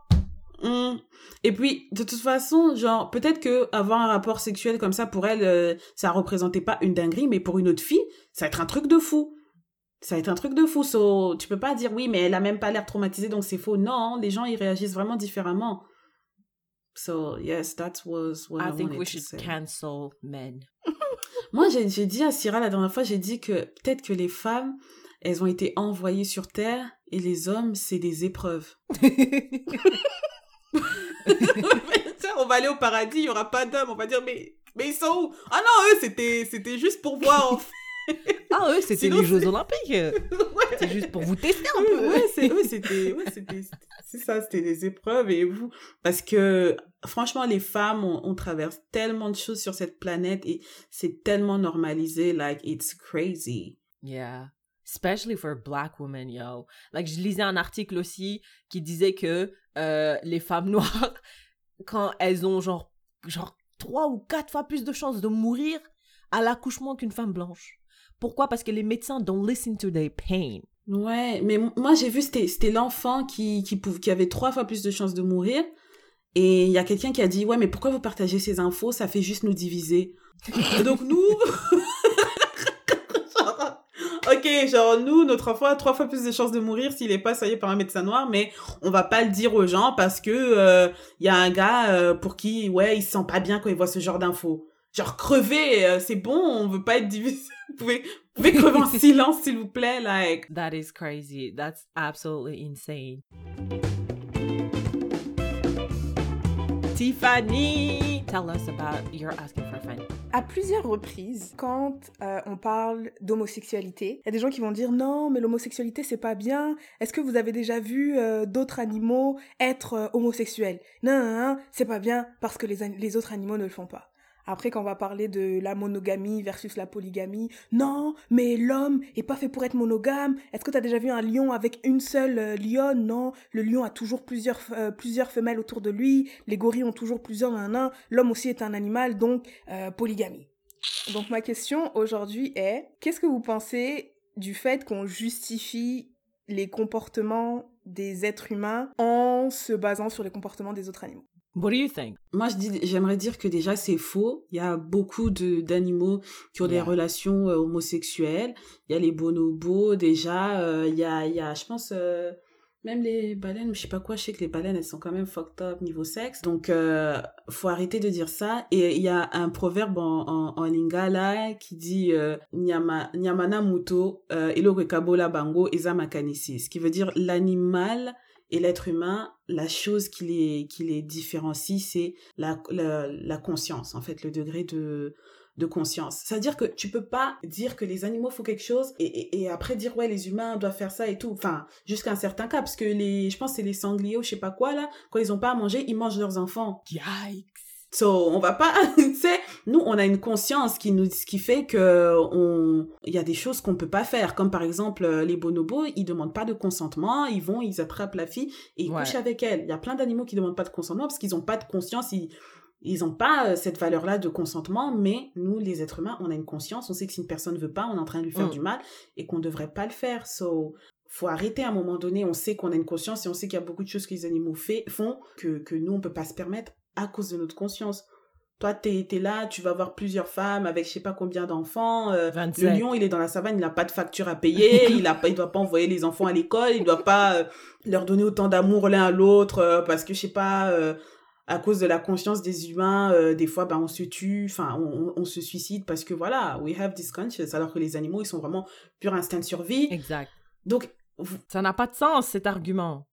Et puis, de toute façon, genre, peut-être que avoir un rapport sexuel comme ça, pour elle, ça représentait pas une dinguerie, mais pour une autre fille, ça va être un truc de fou. So, tu peux pas dire, oui, mais elle a même pas l'air traumatisée, donc c'est faux. Non, les gens, ils réagissent vraiment différemment. So, yes, that was what I think we should cancel men. Moi, j'ai dit à Syrah la dernière fois, j'ai dit que peut-être que les femmes, elles ont été envoyées sur Terre et les hommes, c'est des épreuves. On va aller au paradis, il n'y aura pas d'hommes. On va dire, mais ils sont où? Ah non, eux, c'était juste pour voir, en fait. Ah, eux, c'était les Jeux Olympiques. Ouais. C'est juste pour vous tester un peu. Ouais, c'était C'est ça, c'était des épreuves. Et vous, parce que franchement, les femmes, on traverse tellement de choses sur cette planète et c'est tellement normalisé, like, it's crazy. Yeah. Especially for Black women, yo. Like, je lisais un article aussi qui disait que les femmes noires, quand elles ont genre 3 ou 4 fois plus de chances de mourir à l'accouchement qu'une femme blanche. Pourquoi? Parce que les médecins don't listen to their pain. Ouais, mais moi j'ai vu c'était l'enfant qui avait 3 fois plus de chances de mourir, et il y a quelqu'un qui a dit ouais, mais pourquoi vous partagez ces infos, ça fait juste nous diviser. Et donc nous nous, notre enfant a 3 fois plus de chances de mourir s'il est pas soigné par un médecin noir, mais on va pas le dire aux gens parce que y a un gars pour qui ouais, il se sent pas bien quand il voit ce genre d'infos. Genre crever, c'est bon, on veut pas être divisé. Vous pouvez crever en silence, s'il vous plaît, like. That is crazy. That's absolutely insane. Tiffany, tell us about your asking for a friend. À plusieurs reprises, quand on parle d'homosexualité, il y a des gens qui vont dire non, mais l'homosexualité c'est pas bien. Est-ce que vous avez déjà vu d'autres animaux être homosexuels? Non, c'est pas bien parce que les autres animaux ne le font pas. Après, quand on va parler de la monogamie versus la polygamie, non, mais l'homme est pas fait pour être monogame. Est-ce que tu as déjà vu un lion avec une seule lionne? Non, le lion a toujours plusieurs femelles autour de lui. Les gorilles ont toujours plusieurs nains. L'homme aussi est un animal, donc polygamie. Donc ma question aujourd'hui est, qu'est-ce que vous pensez du fait qu'on justifie les comportements des êtres humains en se basant sur les comportements des autres animaux? What do you think? Moi, j'aimerais dire que déjà, c'est faux. Il y a beaucoup d'animaux qui ont des relations homosexuelles. Il y a les bonobos, déjà. Il y a, je pense, même les baleines, je sais pas quoi, je sais que les baleines, elles sont quand même fucked up niveau sexe. Donc, faut arrêter de dire ça. Et il y a un proverbe en lingala qui dit Nyamana muto, elo kabola bango eza makanisi. Ce qui veut dire l'animal et l'être humain, la chose qui les différencie, c'est la conscience, en fait, le degré de conscience. C'est-à-dire que tu peux pas dire que les animaux font quelque chose et après dire ouais, les humains doivent faire ça et tout. Enfin, jusqu'à un certain cas, parce que je pense que c'est les sangliers ou je sais pas quoi là, quand ils ont pas à manger, ils mangent leurs enfants. Yikes. So, on va pas, tu sais, nous, on a une conscience qui fait que il y a des choses qu'on peut pas faire. Comme par exemple, les bonobos, ils demandent pas de consentement, ils attrapent la fille et ils couchent avec elle. Il y a plein d'animaux qui demandent pas de consentement parce qu'ils ont pas de conscience, ils ont pas cette valeur-là de consentement, mais nous, les êtres humains, on a une conscience, on sait que si une personne veut pas, on est en train de lui faire du mal et qu'on devrait pas le faire. So, faut arrêter à un moment donné, on sait qu'on a une conscience et on sait qu'il y a beaucoup de choses que les animaux font que nous, on peut pas se permettre à cause de notre conscience. Toi, t'es là, tu vas voir plusieurs femmes avec je sais pas combien d'enfants. Le lion, il est dans la savane, il n'a pas de facture à payer, il doit pas envoyer les enfants à l'école, il doit pas leur donner autant d'amour l'un à l'autre parce que je sais pas, à cause de la conscience des humains, des fois, on se tue, enfin, on se suicide parce que voilà, we have this conscience, alors que les animaux, ils sont vraiment pur instinct de survie. Exact. Donc, ça n'a pas de sens, cet argument.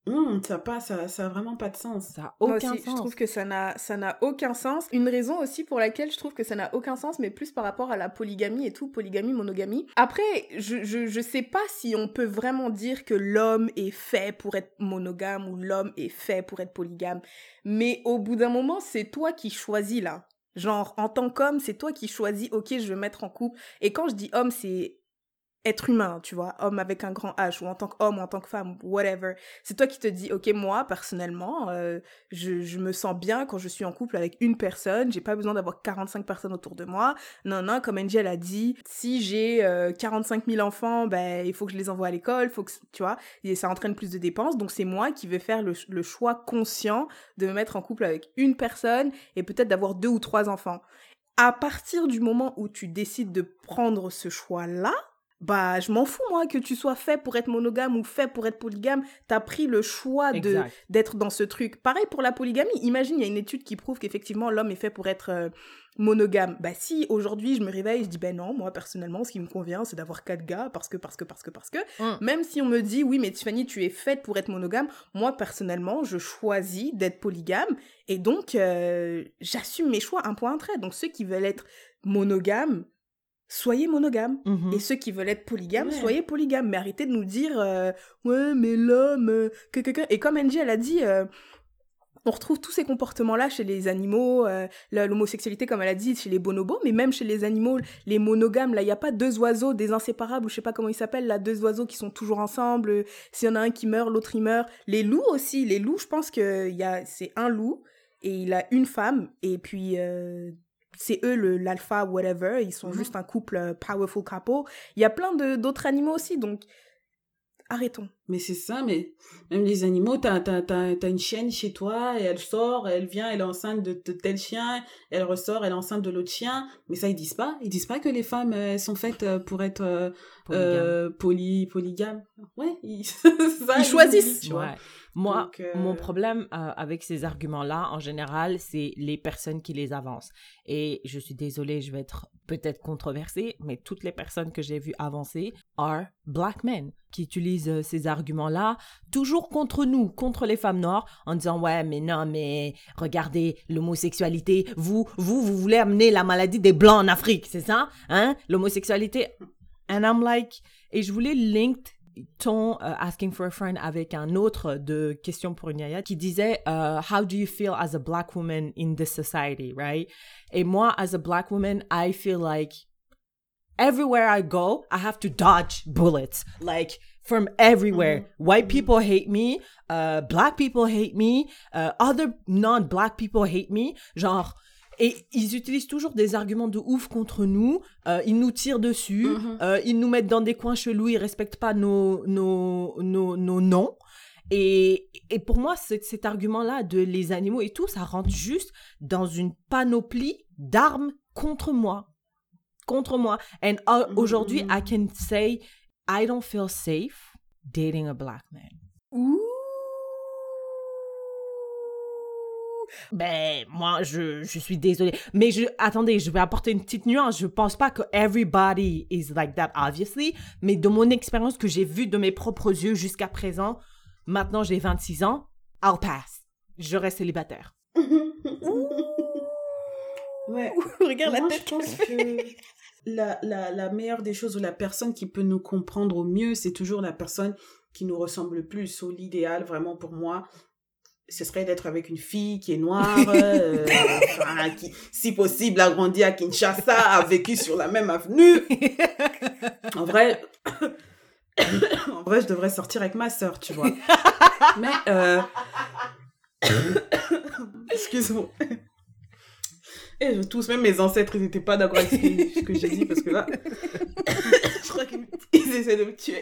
Ça a vraiment pas de sens. Ça a aucun Moi aussi, sens. je trouve que ça n'a aucun sens. Une raison aussi pour laquelle je trouve que ça n'a aucun sens, mais plus par rapport à la polygamie et tout, polygamie, monogamie. Après, je sais pas si on peut vraiment dire que l'homme est fait pour être monogame ou l'homme est fait pour être polygame. Mais au bout d'un moment, c'est toi qui choisis là. Genre, en tant qu'homme, c'est toi qui choisis, ok, je vais me mettre en couple. Et quand je dis homme, c'est être humain, tu vois, homme avec un grand H, ou en tant qu'homme, ou en tant que femme, whatever. C'est toi qui te dis, ok, moi, personnellement, je me sens bien quand je suis en couple avec une personne, j'ai pas besoin d'avoir 45 personnes autour de moi. Non, comme Angie, elle a dit, si j'ai 45 000 enfants, il faut que je les envoie à l'école, tu vois, et ça entraîne plus de dépenses, donc c'est moi qui vais faire le choix conscient de me mettre en couple avec une personne, et peut-être d'avoir 2 ou 3 enfants. À partir du moment où tu décides de prendre ce choix-là, je m'en fous, moi, que tu sois fait pour être monogame ou fait pour être polygame. T'as pris le choix d'être dans ce truc. Pareil pour la polygamie. Imagine, il y a une étude qui prouve qu'effectivement, l'homme est fait pour être monogame. Si aujourd'hui, je me réveille, je dis, non, moi, personnellement, ce qui me convient, c'est d'avoir 4 gars parce que. Même si on me dit, oui, mais Tiffany, tu es faite pour être monogame, moi, personnellement, je choisis d'être polygame. Et donc, j'assume mes choix, un point, un trait. Donc, ceux qui veulent être monogames, soyez monogames. Et ceux qui veulent être polygames, soyez polygames. Mais arrêtez de nous dire ouais, mais l'homme, Et comme Angie, elle a dit, on retrouve tous ces comportements-là chez les animaux, l'homosexualité, comme elle a dit, chez les bonobos, mais même chez les animaux, les monogames, là, il n'y a pas deux oiseaux, des inséparables, ou je sais pas comment ils s'appellent, là, deux oiseaux qui sont toujours ensemble, s'il y en a un qui meurt, l'autre il meurt. Les loups aussi, les loups, je pense que c'est un loup, et il a une femme, et puis c'est eux l'alpha, whatever, ils sont juste un couple, powerful couple. Il y a plein d'autres animaux aussi, donc arrêtons. Mais c'est ça, mais même les animaux, t'as une chienne chez toi, et elle sort, elle vient, elle est enceinte de tel chien, elle ressort, elle est enceinte de l'autre chien, mais ça ils disent pas que les femmes elles sont faites pour être polygames. Ouais, ils choisissent. Tu vois. Moi, mon problème avec ces arguments-là, en général, c'est les personnes qui les avancent. Et je suis désolée, je vais être peut-être controversée, mais toutes les personnes que j'ai vues avancer are black men qui utilisent ces arguments-là toujours contre nous, contre les femmes noires, en disant « Ouais, mais non, mais regardez, l'homosexualité, vous voulez amener la maladie des Blancs en Afrique, c'est ça? Hein? L'homosexualité... » And I'm like... Et je voulais link ton Asking for a Friend avec un autre de Question pour une Yaya qui disait How do you feel as a black woman in this society, right? Et moi, as a black woman, I feel like everywhere I go, I have to dodge bullets, like from everywhere. White people hate me, black people hate me, other non-black people hate me, genre... Et ils utilisent toujours des arguments de ouf contre nous, ils nous tirent dessus, ils nous mettent dans des coins chelous, ils respectent pas nos noms. Et pour moi, cet argument-là de les animaux et tout, ça rentre juste dans une panoplie d'armes contre moi. And aujourd'hui, I can say, I don't feel safe dating a black man. Ouh. Ben, moi, je suis désolée. Mais attendez, je vais apporter une petite nuance. Je pense pas que everybody is like that, obviously. Mais de mon expérience que j'ai vue de mes propres yeux jusqu'à présent, maintenant j'ai 26 ans, I'll pass. Je reste célibataire. Ouais. Regarde la tête. Je pense que la meilleure des choses, ou la personne qui peut nous comprendre au mieux, c'est toujours la personne qui nous ressemble le plus. So, l'idéal, vraiment, pour moi, ce serait d'être avec une fille qui est noire, qui, si possible, a grandi à Kinshasa, a vécu sur la même avenue. En vrai, je devrais sortir avec ma sœur, tu vois. Mais, excuse-moi. Et je tousse, même mes ancêtres, ils n'étaient pas d'accord avec ce que j'ai dit, parce que là, je crois qu'ils essaient de me tuer.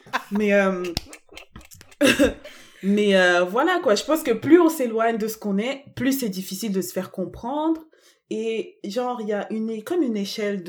Mais voilà, quoi. Je pense que plus on s'éloigne de ce qu'on est, plus c'est difficile de se faire comprendre. Et genre, il y a comme une échelle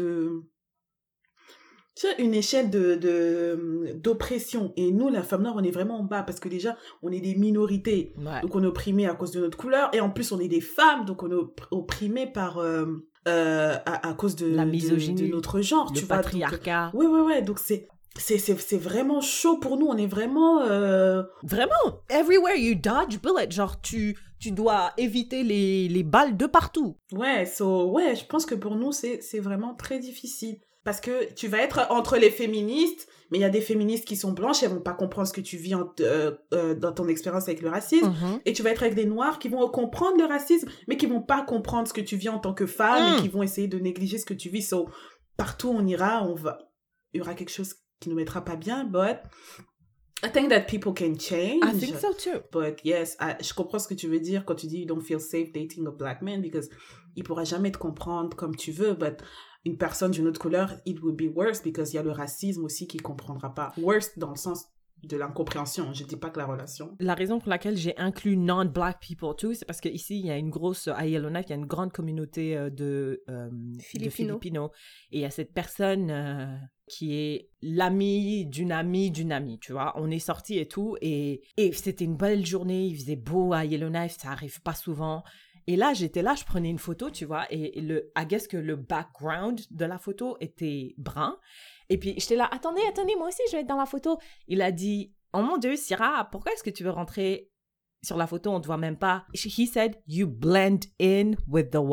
d'oppression. Et nous, la femme noire, on est vraiment en bas parce que déjà, on est des minorités. Ouais. Donc, on est opprimés à cause de notre couleur. Et en plus, on est des femmes. Donc, on est opprimés par... à cause de la misogynie, de notre genre, le tu vois. patriarcat. Ouais. Donc, c'est vraiment chaud pour nous. On est vraiment... Vraiment, everywhere you dodge bullet. Genre, tu dois éviter les balles de partout. Ouais, je pense que pour nous, c'est vraiment très difficile. Parce que tu vas être entre les féministes, mais il y a des féministes qui sont blanches, elles vont pas comprendre ce que tu vis dans ton expérience avec le racisme. Et tu vas être avec des noirs qui vont comprendre le racisme, mais qui vont pas comprendre ce que tu vis en tant que femme et qui vont essayer de négliger ce que tu vis. So, partout où on ira, il y aura quelque chose qui nous mettra pas bien, but I think that people can change. I think so too. But yes, je comprends ce que tu veux dire quand tu dis you don't feel safe dating a black man because il pourra jamais te comprendre comme tu veux, but une personne d'une autre couleur, it will be worse because il y a le racisme aussi qui comprendra pas. Worse dans le sens de l'incompréhension. Je dis pas que la relation. La raison pour laquelle j'ai inclus non-black people too, c'est parce qu'ici, il y a une grosse, à Yellowknife, il y a une grande communauté de Filipinos. Et il y a cette personne qui est l'amie d'une amie, tu vois. On est sortis et tout. Et c'était une belle journée. Il faisait beau à Yellowknife. Ça arrive pas souvent. Et là, j'étais là, je prenais une photo, tu vois. Et I guess que le background de la photo était brun. Et puis, j'étais là, attendez, moi aussi, je vais être dans la photo. Il a dit, oh mon Dieu, Syrah, pourquoi est-ce que tu veux rentrer sur la photo? On ne te voit même pas. He said, you blend in with the wall.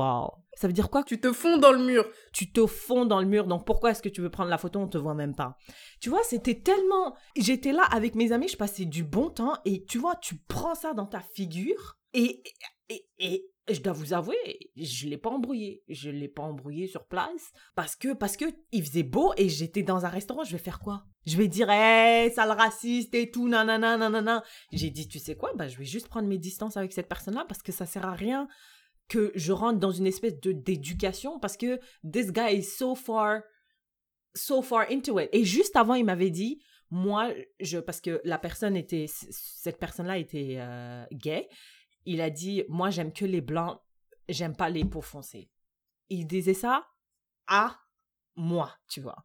Ça veut dire quoi? Tu te fonds dans le mur. Tu te fonds dans le mur, donc pourquoi est-ce que tu veux prendre la photo? On te voit même pas. Tu vois, c'était tellement... J'étais là avec mes amis, je passais du bon temps, et tu vois, tu prends ça dans ta figure, et je dois vous avouer, je l'ai pas embrouillé. Je l'ai pas embrouillé sur place, parce que il faisait beau, et j'étais dans un restaurant, je vais faire quoi? Je vais dire, hey, sale raciste et tout, nanana, nanana. J'ai dit, tu sais quoi? Je vais juste prendre mes distances avec cette personne-là, parce que ça sert à rien que je rentre dans une espèce d'éducation, parce que this guy is so far into it. Et juste avant, il m'avait dit, moi, parce que cette personne-là était gay, il a dit, moi, j'aime que les blancs, j'aime pas les peaux foncées. Il disait ça à moi, tu vois.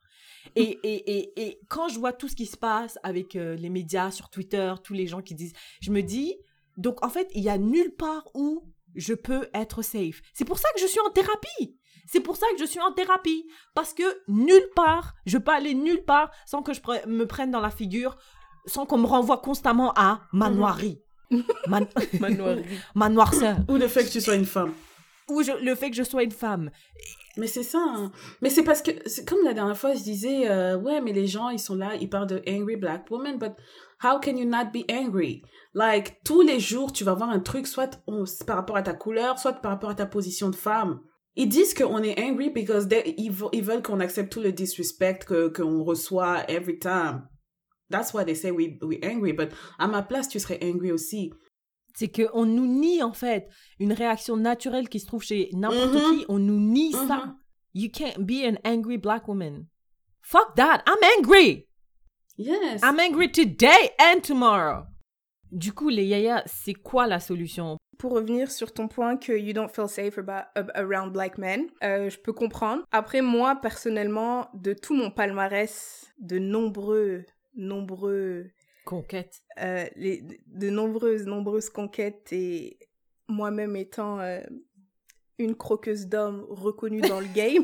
Et quand je vois tout ce qui se passe avec les médias sur Twitter, tous les gens qui disent, je me dis, donc en fait, il y a nulle part où je peux être safe. C'est pour ça que je suis en thérapie. Parce que nulle part, je peux aller nulle part sans que je me prenne dans la figure, sans qu'on me renvoie constamment à ma noirie. Ma noirceur. Ou le fait que tu sois une femme. Ou le fait que je sois une femme. Mais c'est ça. Hein. Mais c'est parce que, c'est comme la dernière fois, je disais, ouais, mais les gens, ils sont là, ils parlent de angry black woman, but how can you not be angry? Like, tous les jours, tu vas voir un truc, soit par rapport à ta couleur, soit par rapport à ta position de femme. Ils disent qu'on est angry because ils veulent qu'on accepte tout le disrespect qu'on reçoit every time. That's why they say we angry, but à ma place, tu serais angry aussi. C'est qu'on nous nie, en fait, une réaction naturelle qui se trouve chez n'importe qui. On nous nie ça. You can't be an angry black woman. Fuck that. I'm angry. Yes. I'm angry today and tomorrow. Du coup, les yayas, c'est quoi la solution? Pour revenir sur ton point que you don't feel safe around black men, je peux comprendre. Après, moi, personnellement, de tout mon palmarès de nombreux conquêtes. De nombreuses conquêtes, et moi-même étant une croqueuse d'hommes reconnue dans le game.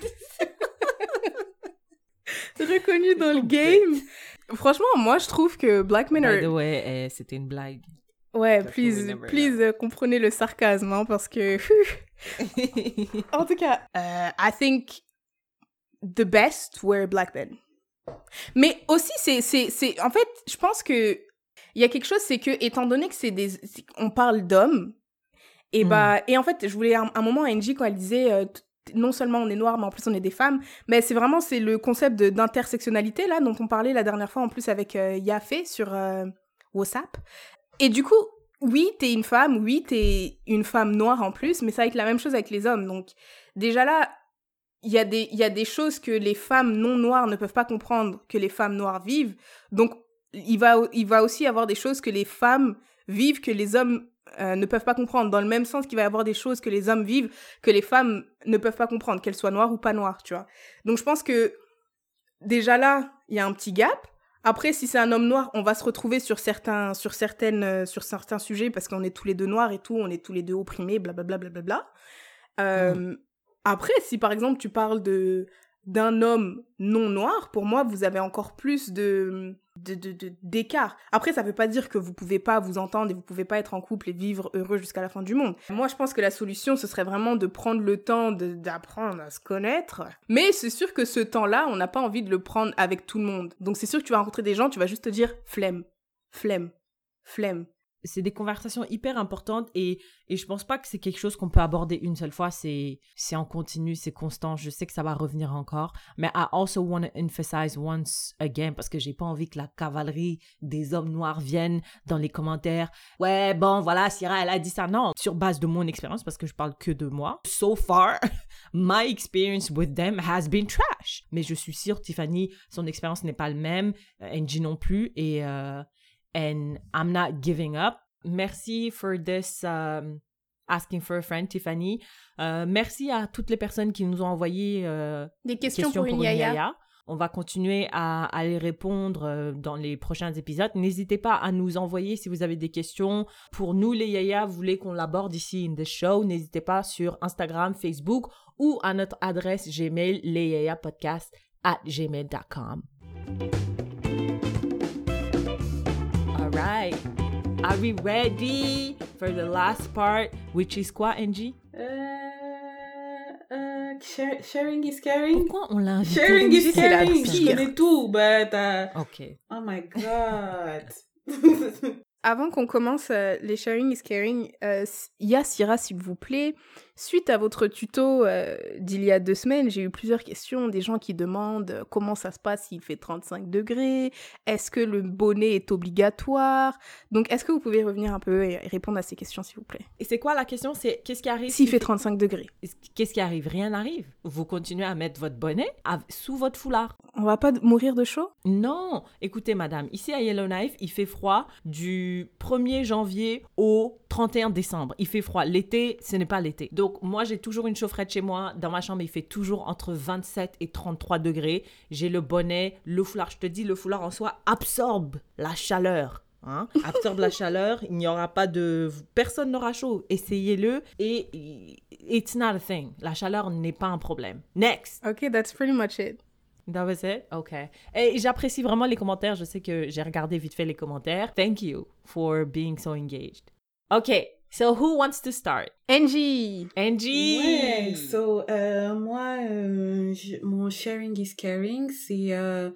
Reconnue dans le game. Franchement, moi, je trouve que black men are... By the way, c'était une blague. Ouais, please, comprenez le sarcasme, hein, parce que... En tout cas, I think the best were black men. Mais aussi, c'est... En fait, je pense que il y a quelque chose, c'est que, étant donné que on parle d'hommes, et et en fait, je voulais un moment à Angie, quand elle disait... non seulement on est noir, mais en plus on est des femmes, mais c'est le concept d'intersectionnalité, là, dont on parlait la dernière fois, en plus, avec Yafé sur WhatsApp. Et du coup, oui, t'es une femme, oui, t'es une femme noire en plus, mais ça va être la même chose avec les hommes. Donc, déjà là, il y a des choses que les femmes non noires ne peuvent pas comprendre, que les femmes noires vivent. Donc, il va aussi y avoir des choses que les femmes vivent, que les hommes ne peuvent pas comprendre, dans le même sens qu'il va y avoir des choses que les hommes vivent que les femmes ne peuvent pas comprendre, qu'elles soient noires ou pas noires, tu vois. Donc je pense que déjà là, il y a un petit gap. Après, si c'est un homme noir, on va se retrouver sur certains sujets, parce qu'on est tous les deux noirs et tout, on est tous les deux opprimés, blablabla, blablabla. Après, si par exemple tu parles d'un homme non noir, pour moi, vous avez encore plus d'écart. Après, ça veut pas dire que vous pouvez pas vous entendre et vous pouvez pas être en couple et vivre heureux jusqu'à la fin du monde. Moi, je pense que la solution, ce serait vraiment de prendre le temps d'apprendre à se connaître. Mais c'est sûr que ce temps-là, on n'a pas envie de le prendre avec tout le monde. Donc c'est sûr que tu vas rencontrer des gens, tu vas juste te dire flemme. C'est des conversations hyper importantes, et je pense pas que c'est quelque chose qu'on peut aborder une seule fois. C'est en continu, c'est constant. Je sais que ça va revenir encore, mais I also want to emphasize once again, parce que j'ai pas envie que la cavalerie des hommes noirs vienne dans les commentaires. Ouais, bon, voilà, Syrah, elle a dit ça. Non, sur base de mon expérience, parce que je parle que de moi. So far, my experience with them has been trash. Mais je suis sûre, Tiffany, son expérience n'est pas le même, Angie non plus, et and I'm not giving up. Merci for this asking for a friend, Tiffany. Merci à toutes les personnes qui nous ont envoyé des questions pour une yaya. On va continuer à les répondre dans les prochains épisodes. N'hésitez pas à nous envoyer si vous avez des questions. Pour nous, les yayas, vous voulez qu'on l'aborde ici in the show, n'hésitez pas sur Instagram, Facebook ou à notre adresse Gmail, leyayapodcast@gmail.com. Right. Are we ready for the last part, which is quoi, Angie? Sharing is caring. Pourquoi on l'a invité? Sharing is c'est la caring. Je pire. connais tout, but... Ok. Oh my God. Avant qu'on commence les sharing is caring, Yassira, s'il vous plaît, suite à votre tuto d'il y a 2 semaines, j'ai eu plusieurs questions, des gens qui demandent comment ça se passe s'il fait 35 degrés, est-ce que le bonnet est obligatoire? Donc, est-ce que vous pouvez revenir un peu et répondre à ces questions, s'il vous plaît? Et c'est quoi la question? C'est qu'est-ce qui arrive S'il fait 35 degrés. Qu'est-ce qui arrive? Rien n'arrive. Vous continuez à mettre votre bonnet sous votre foulard. On va pas mourir de chaud? Non. Écoutez, madame, ici à Yellowknife, il fait froid du 1er janvier au 31 décembre. Il fait froid. L'été, ce n'est pas l'été. Donc, moi, j'ai toujours une chaufferette chez moi. Dans ma chambre, il fait toujours entre 27 et 33 degrés. J'ai le bonnet, le foulard. Je te dis, le foulard en soi absorbe la chaleur. Hein? Absorbe la chaleur. Il n'y aura pas de... Personne n'aura chaud. Essayez-le et it's not a thing. La chaleur n'est pas un problème. Next. Ok, that's pretty much it. That was it? OK. Et j'apprécie vraiment les commentaires. Je sais que j'ai regardé vite fait les commentaires. Thank you for being so engaged. OK. So, who wants to start? Angie! Angie! Ouais, so, moi, mon sharing is caring, c'est...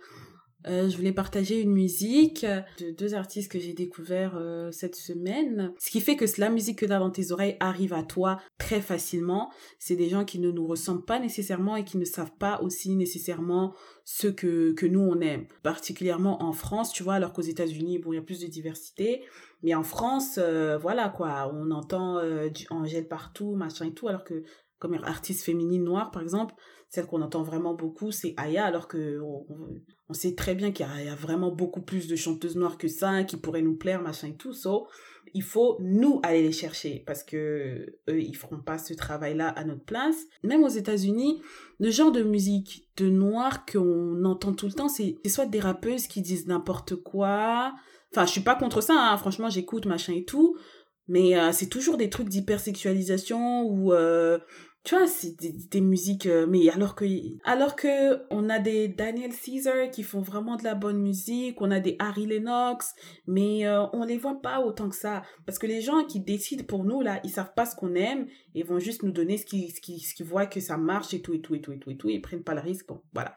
je voulais partager une musique de 2 artistes que j'ai découvert cette semaine. Ce qui fait que la musique que t'as dans tes oreilles arrive à toi très facilement. C'est des gens qui ne nous ressemblent pas nécessairement et qui ne savent pas aussi nécessairement ce que nous on aime. Particulièrement en France, tu vois, alors qu'aux États-Unis, bon, il y a plus de diversité. Mais en France, voilà quoi, on entend du Angèle partout, machin et tout, alors que comme artiste féminine noire, par exemple, celle qu'on entend vraiment beaucoup, c'est Aya, alors que on sait très bien qu'il y a vraiment beaucoup plus de chanteuses noires que ça, qui pourraient nous plaire, machin et tout. So, il faut nous aller les chercher, parce que eux, ils feront pas ce travail-là à notre place. Même aux États-Unis, le genre de musique de noir qu'on entend tout le temps, c'est soit des rappeuses qui disent n'importe quoi. Enfin, je suis pas contre ça, hein. Franchement, j'écoute, machin et tout. Mais c'est toujours des trucs d'hypersexualisation ou... tu vois, c'est des musiques... mais alors que on a des Daniel Caesar qui font vraiment de la bonne musique, on a des Harry Lennox, mais on les voit pas autant que ça. Parce que les gens qui décident pour nous, là, ils savent pas ce qu'on aime, et vont juste nous donner ce qu'ils voient que ça marche et tout, ils prennent pas le risque, bon, voilà.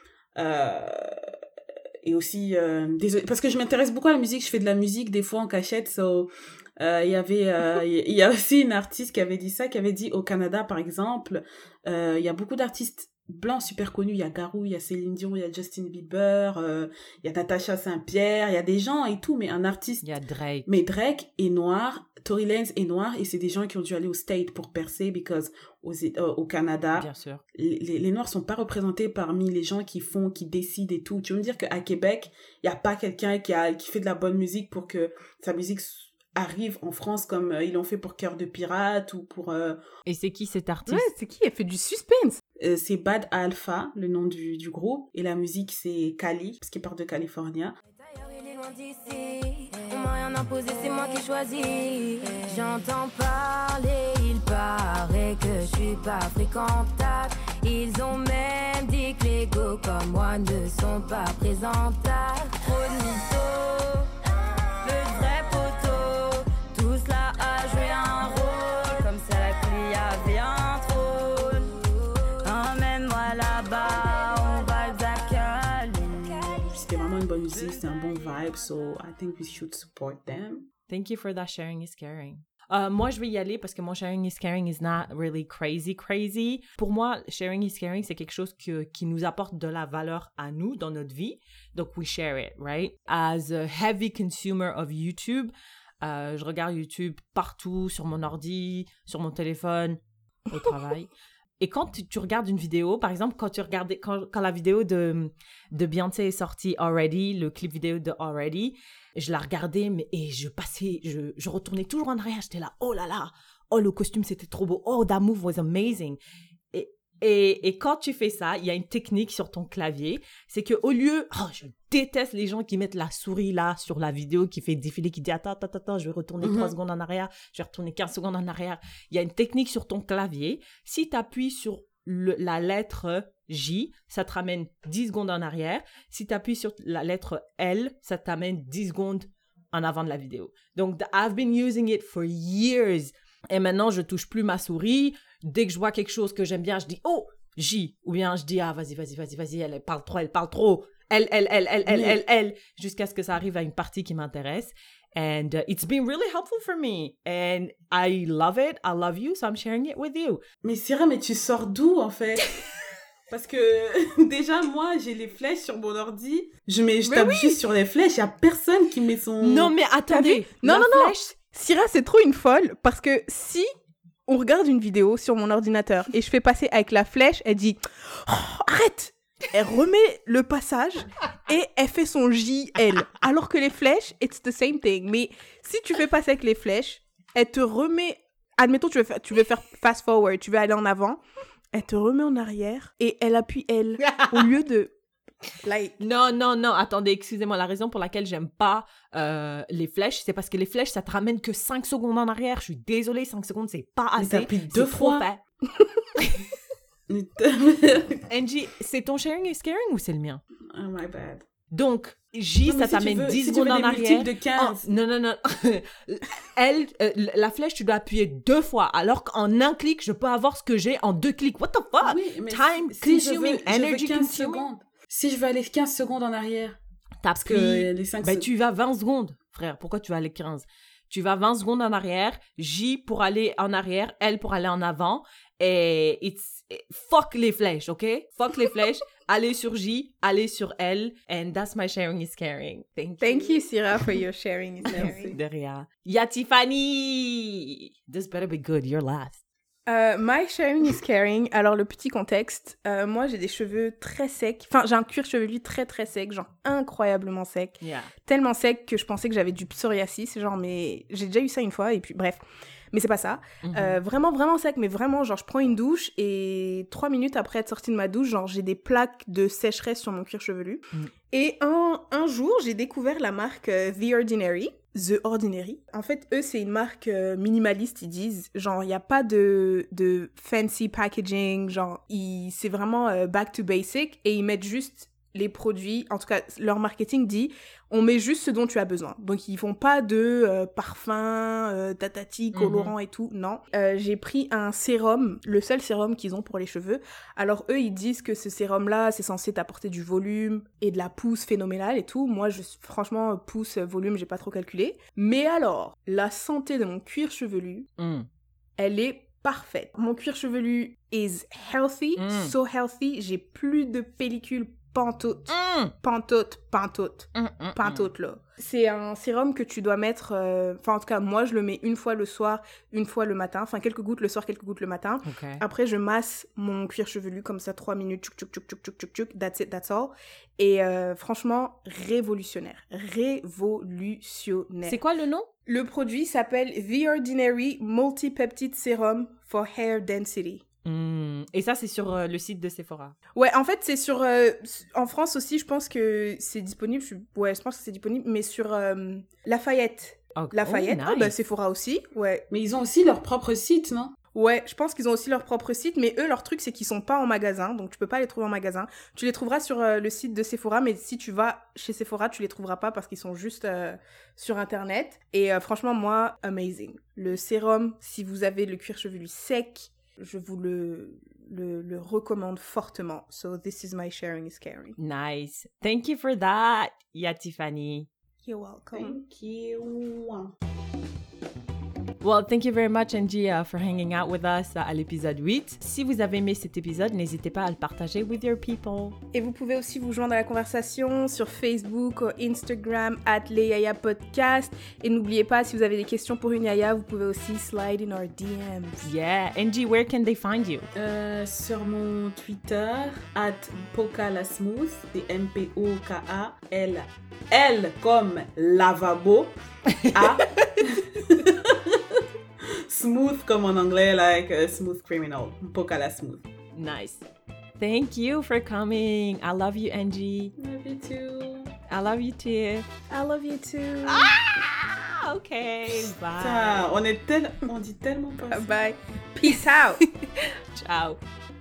Et aussi, désolé, parce que je m'intéresse beaucoup à la musique, je fais de la musique des fois en cachette, so... il y a aussi une artiste qui avait dit ça, qui avait dit au Canada par exemple, il y a beaucoup d'artistes blancs super connus, il y a Garou, il y a Céline Dion, il y a Justin Bieber, il y a Natacha Saint-Pierre, il y a des gens et tout, mais un artiste, il y a Drake. Mais Drake est noir, Tory Lanez est noir, et c'est des gens qui ont dû aller au State pour percer, because au Canada, bien sûr, les noirs sont pas représentés parmi les gens qui décident et tout. Tu veux me dire qu'à Québec, il y a pas quelqu'un qui fait de la bonne musique pour que sa musique arrive en France comme ils l'ont fait pour Cœur de Pirate ou pour... Et c'est qui cet artiste? Ouais, c'est qui? Elle fait du suspense. C'est Bad Alpha, le nom du groupe. Et la musique, c'est Cali, parce qu'il part de California. On m'a rien imposé, c'est moi qui choisis. J'entends parler, il paraît que je suis pas fréquentable. Ils ont même dit que les go comme moi ne sont pas présentables. Trop de mythos, le vrai poteau. Tout cela a joué un rôle, comme ça la pluie avait un trône. Emmène-moi là-bas, on va le Zacali. C'était vraiment une bonne musique, c'est un bon vibe, so I think we should support them. Thank you for that sharing is caring. Moi, je vais y aller parce que mon sharing is caring is not really crazy. Pour moi, sharing is caring, c'est quelque chose qui nous apporte de la valeur à nous dans notre vie. Donc, we share it, right? As a heavy consumer of YouTube, je regarde YouTube partout, sur mon ordi, sur mon téléphone, au travail. Et quand tu regardes une vidéo, par exemple, quand la vidéo de Beyoncé est sortie, Already, le clip vidéo de Already, je la regardais et je retournais toujours en arrière. J'étais là, oh là là, oh le costume c'était trop beau, oh that move was amazing. Et quand tu fais ça, il y a une technique sur ton clavier, c'est que au lieu, je déteste les gens qui mettent la souris là sur la vidéo, qui fait défiler, qui dit attends, je vais retourner 3 secondes en arrière, je vais retourner 15 secondes en arrière. Il y a une technique sur ton clavier. Si tu appuies sur la lettre J, ça te ramène 10 secondes en arrière. Si tu appuies sur la lettre L, ça t'amène 10 secondes en avant de la vidéo. Donc, I've been using it for years. Et maintenant, je touche plus ma souris. Dès que je vois quelque chose que j'aime bien, je dis « Oh, J ». Ou bien je dis « Ah, vas-y, elle parle trop. Elle. » Jusqu'à ce que ça arrive à une partie qui m'intéresse. And it's been really helpful for me. And I love it. I love you. So I'm sharing it with you. Mais Syrah, mais tu sors d'où, en fait? Parce que déjà, moi, j'ai les flèches sur mon ordi. Je tape juste sur les flèches. Il n'y a personne qui met son... Non, mais attendez. Non. Syrah, c'est trop une folle. Parce que si on regarde une vidéo sur mon ordinateur et je fais passer avec la flèche, elle dit « Oh, arrête !» Elle remet le passage et elle fait son JL. Alors que les flèches, it's the same thing. Mais si tu fais passer avec les flèches, elle te remet... Admettons, tu veux faire fast forward, tu veux aller en avant. Elle te remet en arrière et elle appuie elle au lieu de... Like... Non, attendez, excusez-moi. La raison pour laquelle j'aime pas les flèches, c'est parce que les flèches, ça te ramène que 5 secondes en arrière. Je suis désolée, 5 secondes, c'est pas assez. Mais t'appuies 2 fois. Angie, c'est ton sharing is caring ou c'est le mien? Oh my bad. Donc, J, ça t'amène 10 secondes en arrière. De 15. Oh, non. Elle, la flèche, tu dois appuyer 2 fois, alors qu'en un clic, je peux avoir ce que j'ai en 2 clics. What the fuck? Oui, Time consuming, energy consuming. Si je veux aller 15 secondes en arrière. Parce que les 5 secondes. Tu vas 20 secondes, frère. Pourquoi tu vas aller 15? Tu vas 20 secondes en arrière, J pour aller en arrière, L pour aller en avant. Et fuck les flèches, ok? Fuck les flèches. Allez sur J, allez sur L. And that's my sharing is caring. Thank you, Syrah, for your sharing is caring. De rien. Ya Tiffany! This better be good. You're last. My sharing is caring. Alors, le petit contexte. Moi, j'ai des cheveux très secs. Enfin, j'ai un cuir chevelu très, très sec. Genre, incroyablement sec. Yeah. Tellement sec que je pensais que j'avais du psoriasis. Genre, mais j'ai déjà eu ça une fois. Et puis, bref. Mais c'est pas ça. Vraiment, vraiment sec. Mais vraiment, genre, je prends une douche et 3 minutes après être sortie de ma douche, genre, j'ai des plaques de sécheresse sur mon cuir chevelu. Et un jour, j'ai découvert la marque The Ordinary. En fait, eux, c'est une marque minimaliste, ils disent. Genre, il n'y a pas de fancy packaging. Genre, c'est vraiment back to basic. Et ils mettent juste les produits. En tout cas, leur marketing dit, on met juste ce dont tu as besoin. Donc, ils font pas de parfum, tatati, colorant et tout. Non. J'ai pris un sérum, le seul sérum qu'ils ont pour les cheveux. Alors, eux, ils disent que ce sérum-là, c'est censé t'apporter du volume et de la pousse phénoménale et tout. Moi, franchement, pousse, volume, j'ai pas trop calculé. Mais alors, la santé de mon cuir chevelu, elle est parfaite. Mon cuir chevelu is healthy, so healthy. J'ai plus de pellicule pantoute, là. C'est un sérum que tu dois mettre, en tout cas, moi, je le mets une fois le soir, une fois le matin, enfin, quelques gouttes le soir, quelques gouttes le matin. Okay. Après, je masse mon cuir chevelu comme ça, 3 minutes, tchouk, that's it, that's all. Et franchement, révolutionnaire. C'est quoi le nom? Le produit s'appelle The Ordinary Multi-Peptide Serum for Hair Density. Et ça, c'est sur le site de Sephora. Ouais, en fait, c'est sur... en France aussi, je pense que c'est disponible. Je pense que c'est disponible, mais sur Lafayette. Okay. Lafayette, Oh, nice. Sephora aussi, ouais. Mais ils ont aussi leur propre site, non? Ouais, je pense qu'ils ont aussi leur propre site, mais eux, leur truc, c'est qu'ils sont pas en magasin, donc tu peux pas les trouver en magasin. Tu les trouveras sur le site de Sephora, mais si tu vas chez Sephora, tu les trouveras pas parce qu'ils sont juste sur Internet. Et franchement, moi, amazing. Le sérum, si vous avez le cuir chevelu sec, je vous le recommande fortement. So this is my sharing is caring. Nice. Thank you for that, Ya Tiffany. You're welcome. Thank you. Well, thank you very much, Angie, for hanging out with us à l'épisode 8. Si vous avez aimé cet épisode, n'hésitez pas à le partager with your people. Et vous pouvez aussi vous joindre à la conversation sur Facebook ou Instagram @leyayapodcast. Et n'oubliez pas, si vous avez des questions pour une yaya, vous pouvez aussi slide in our DMs. Yeah. Angie, where can they find you? Sur mon Twitter, @pokalasmooth, c'est MPOKAL. L comme lavabo. A. Smooth comme en anglais, like a smooth criminal. Pokalasmooth. Nice. Thank you for coming. I love you, Angie. Love you too. I love you too. I love you too. Ah, okay. Bye. On dit tellement pas ça. Bye. Peace out. Ciao.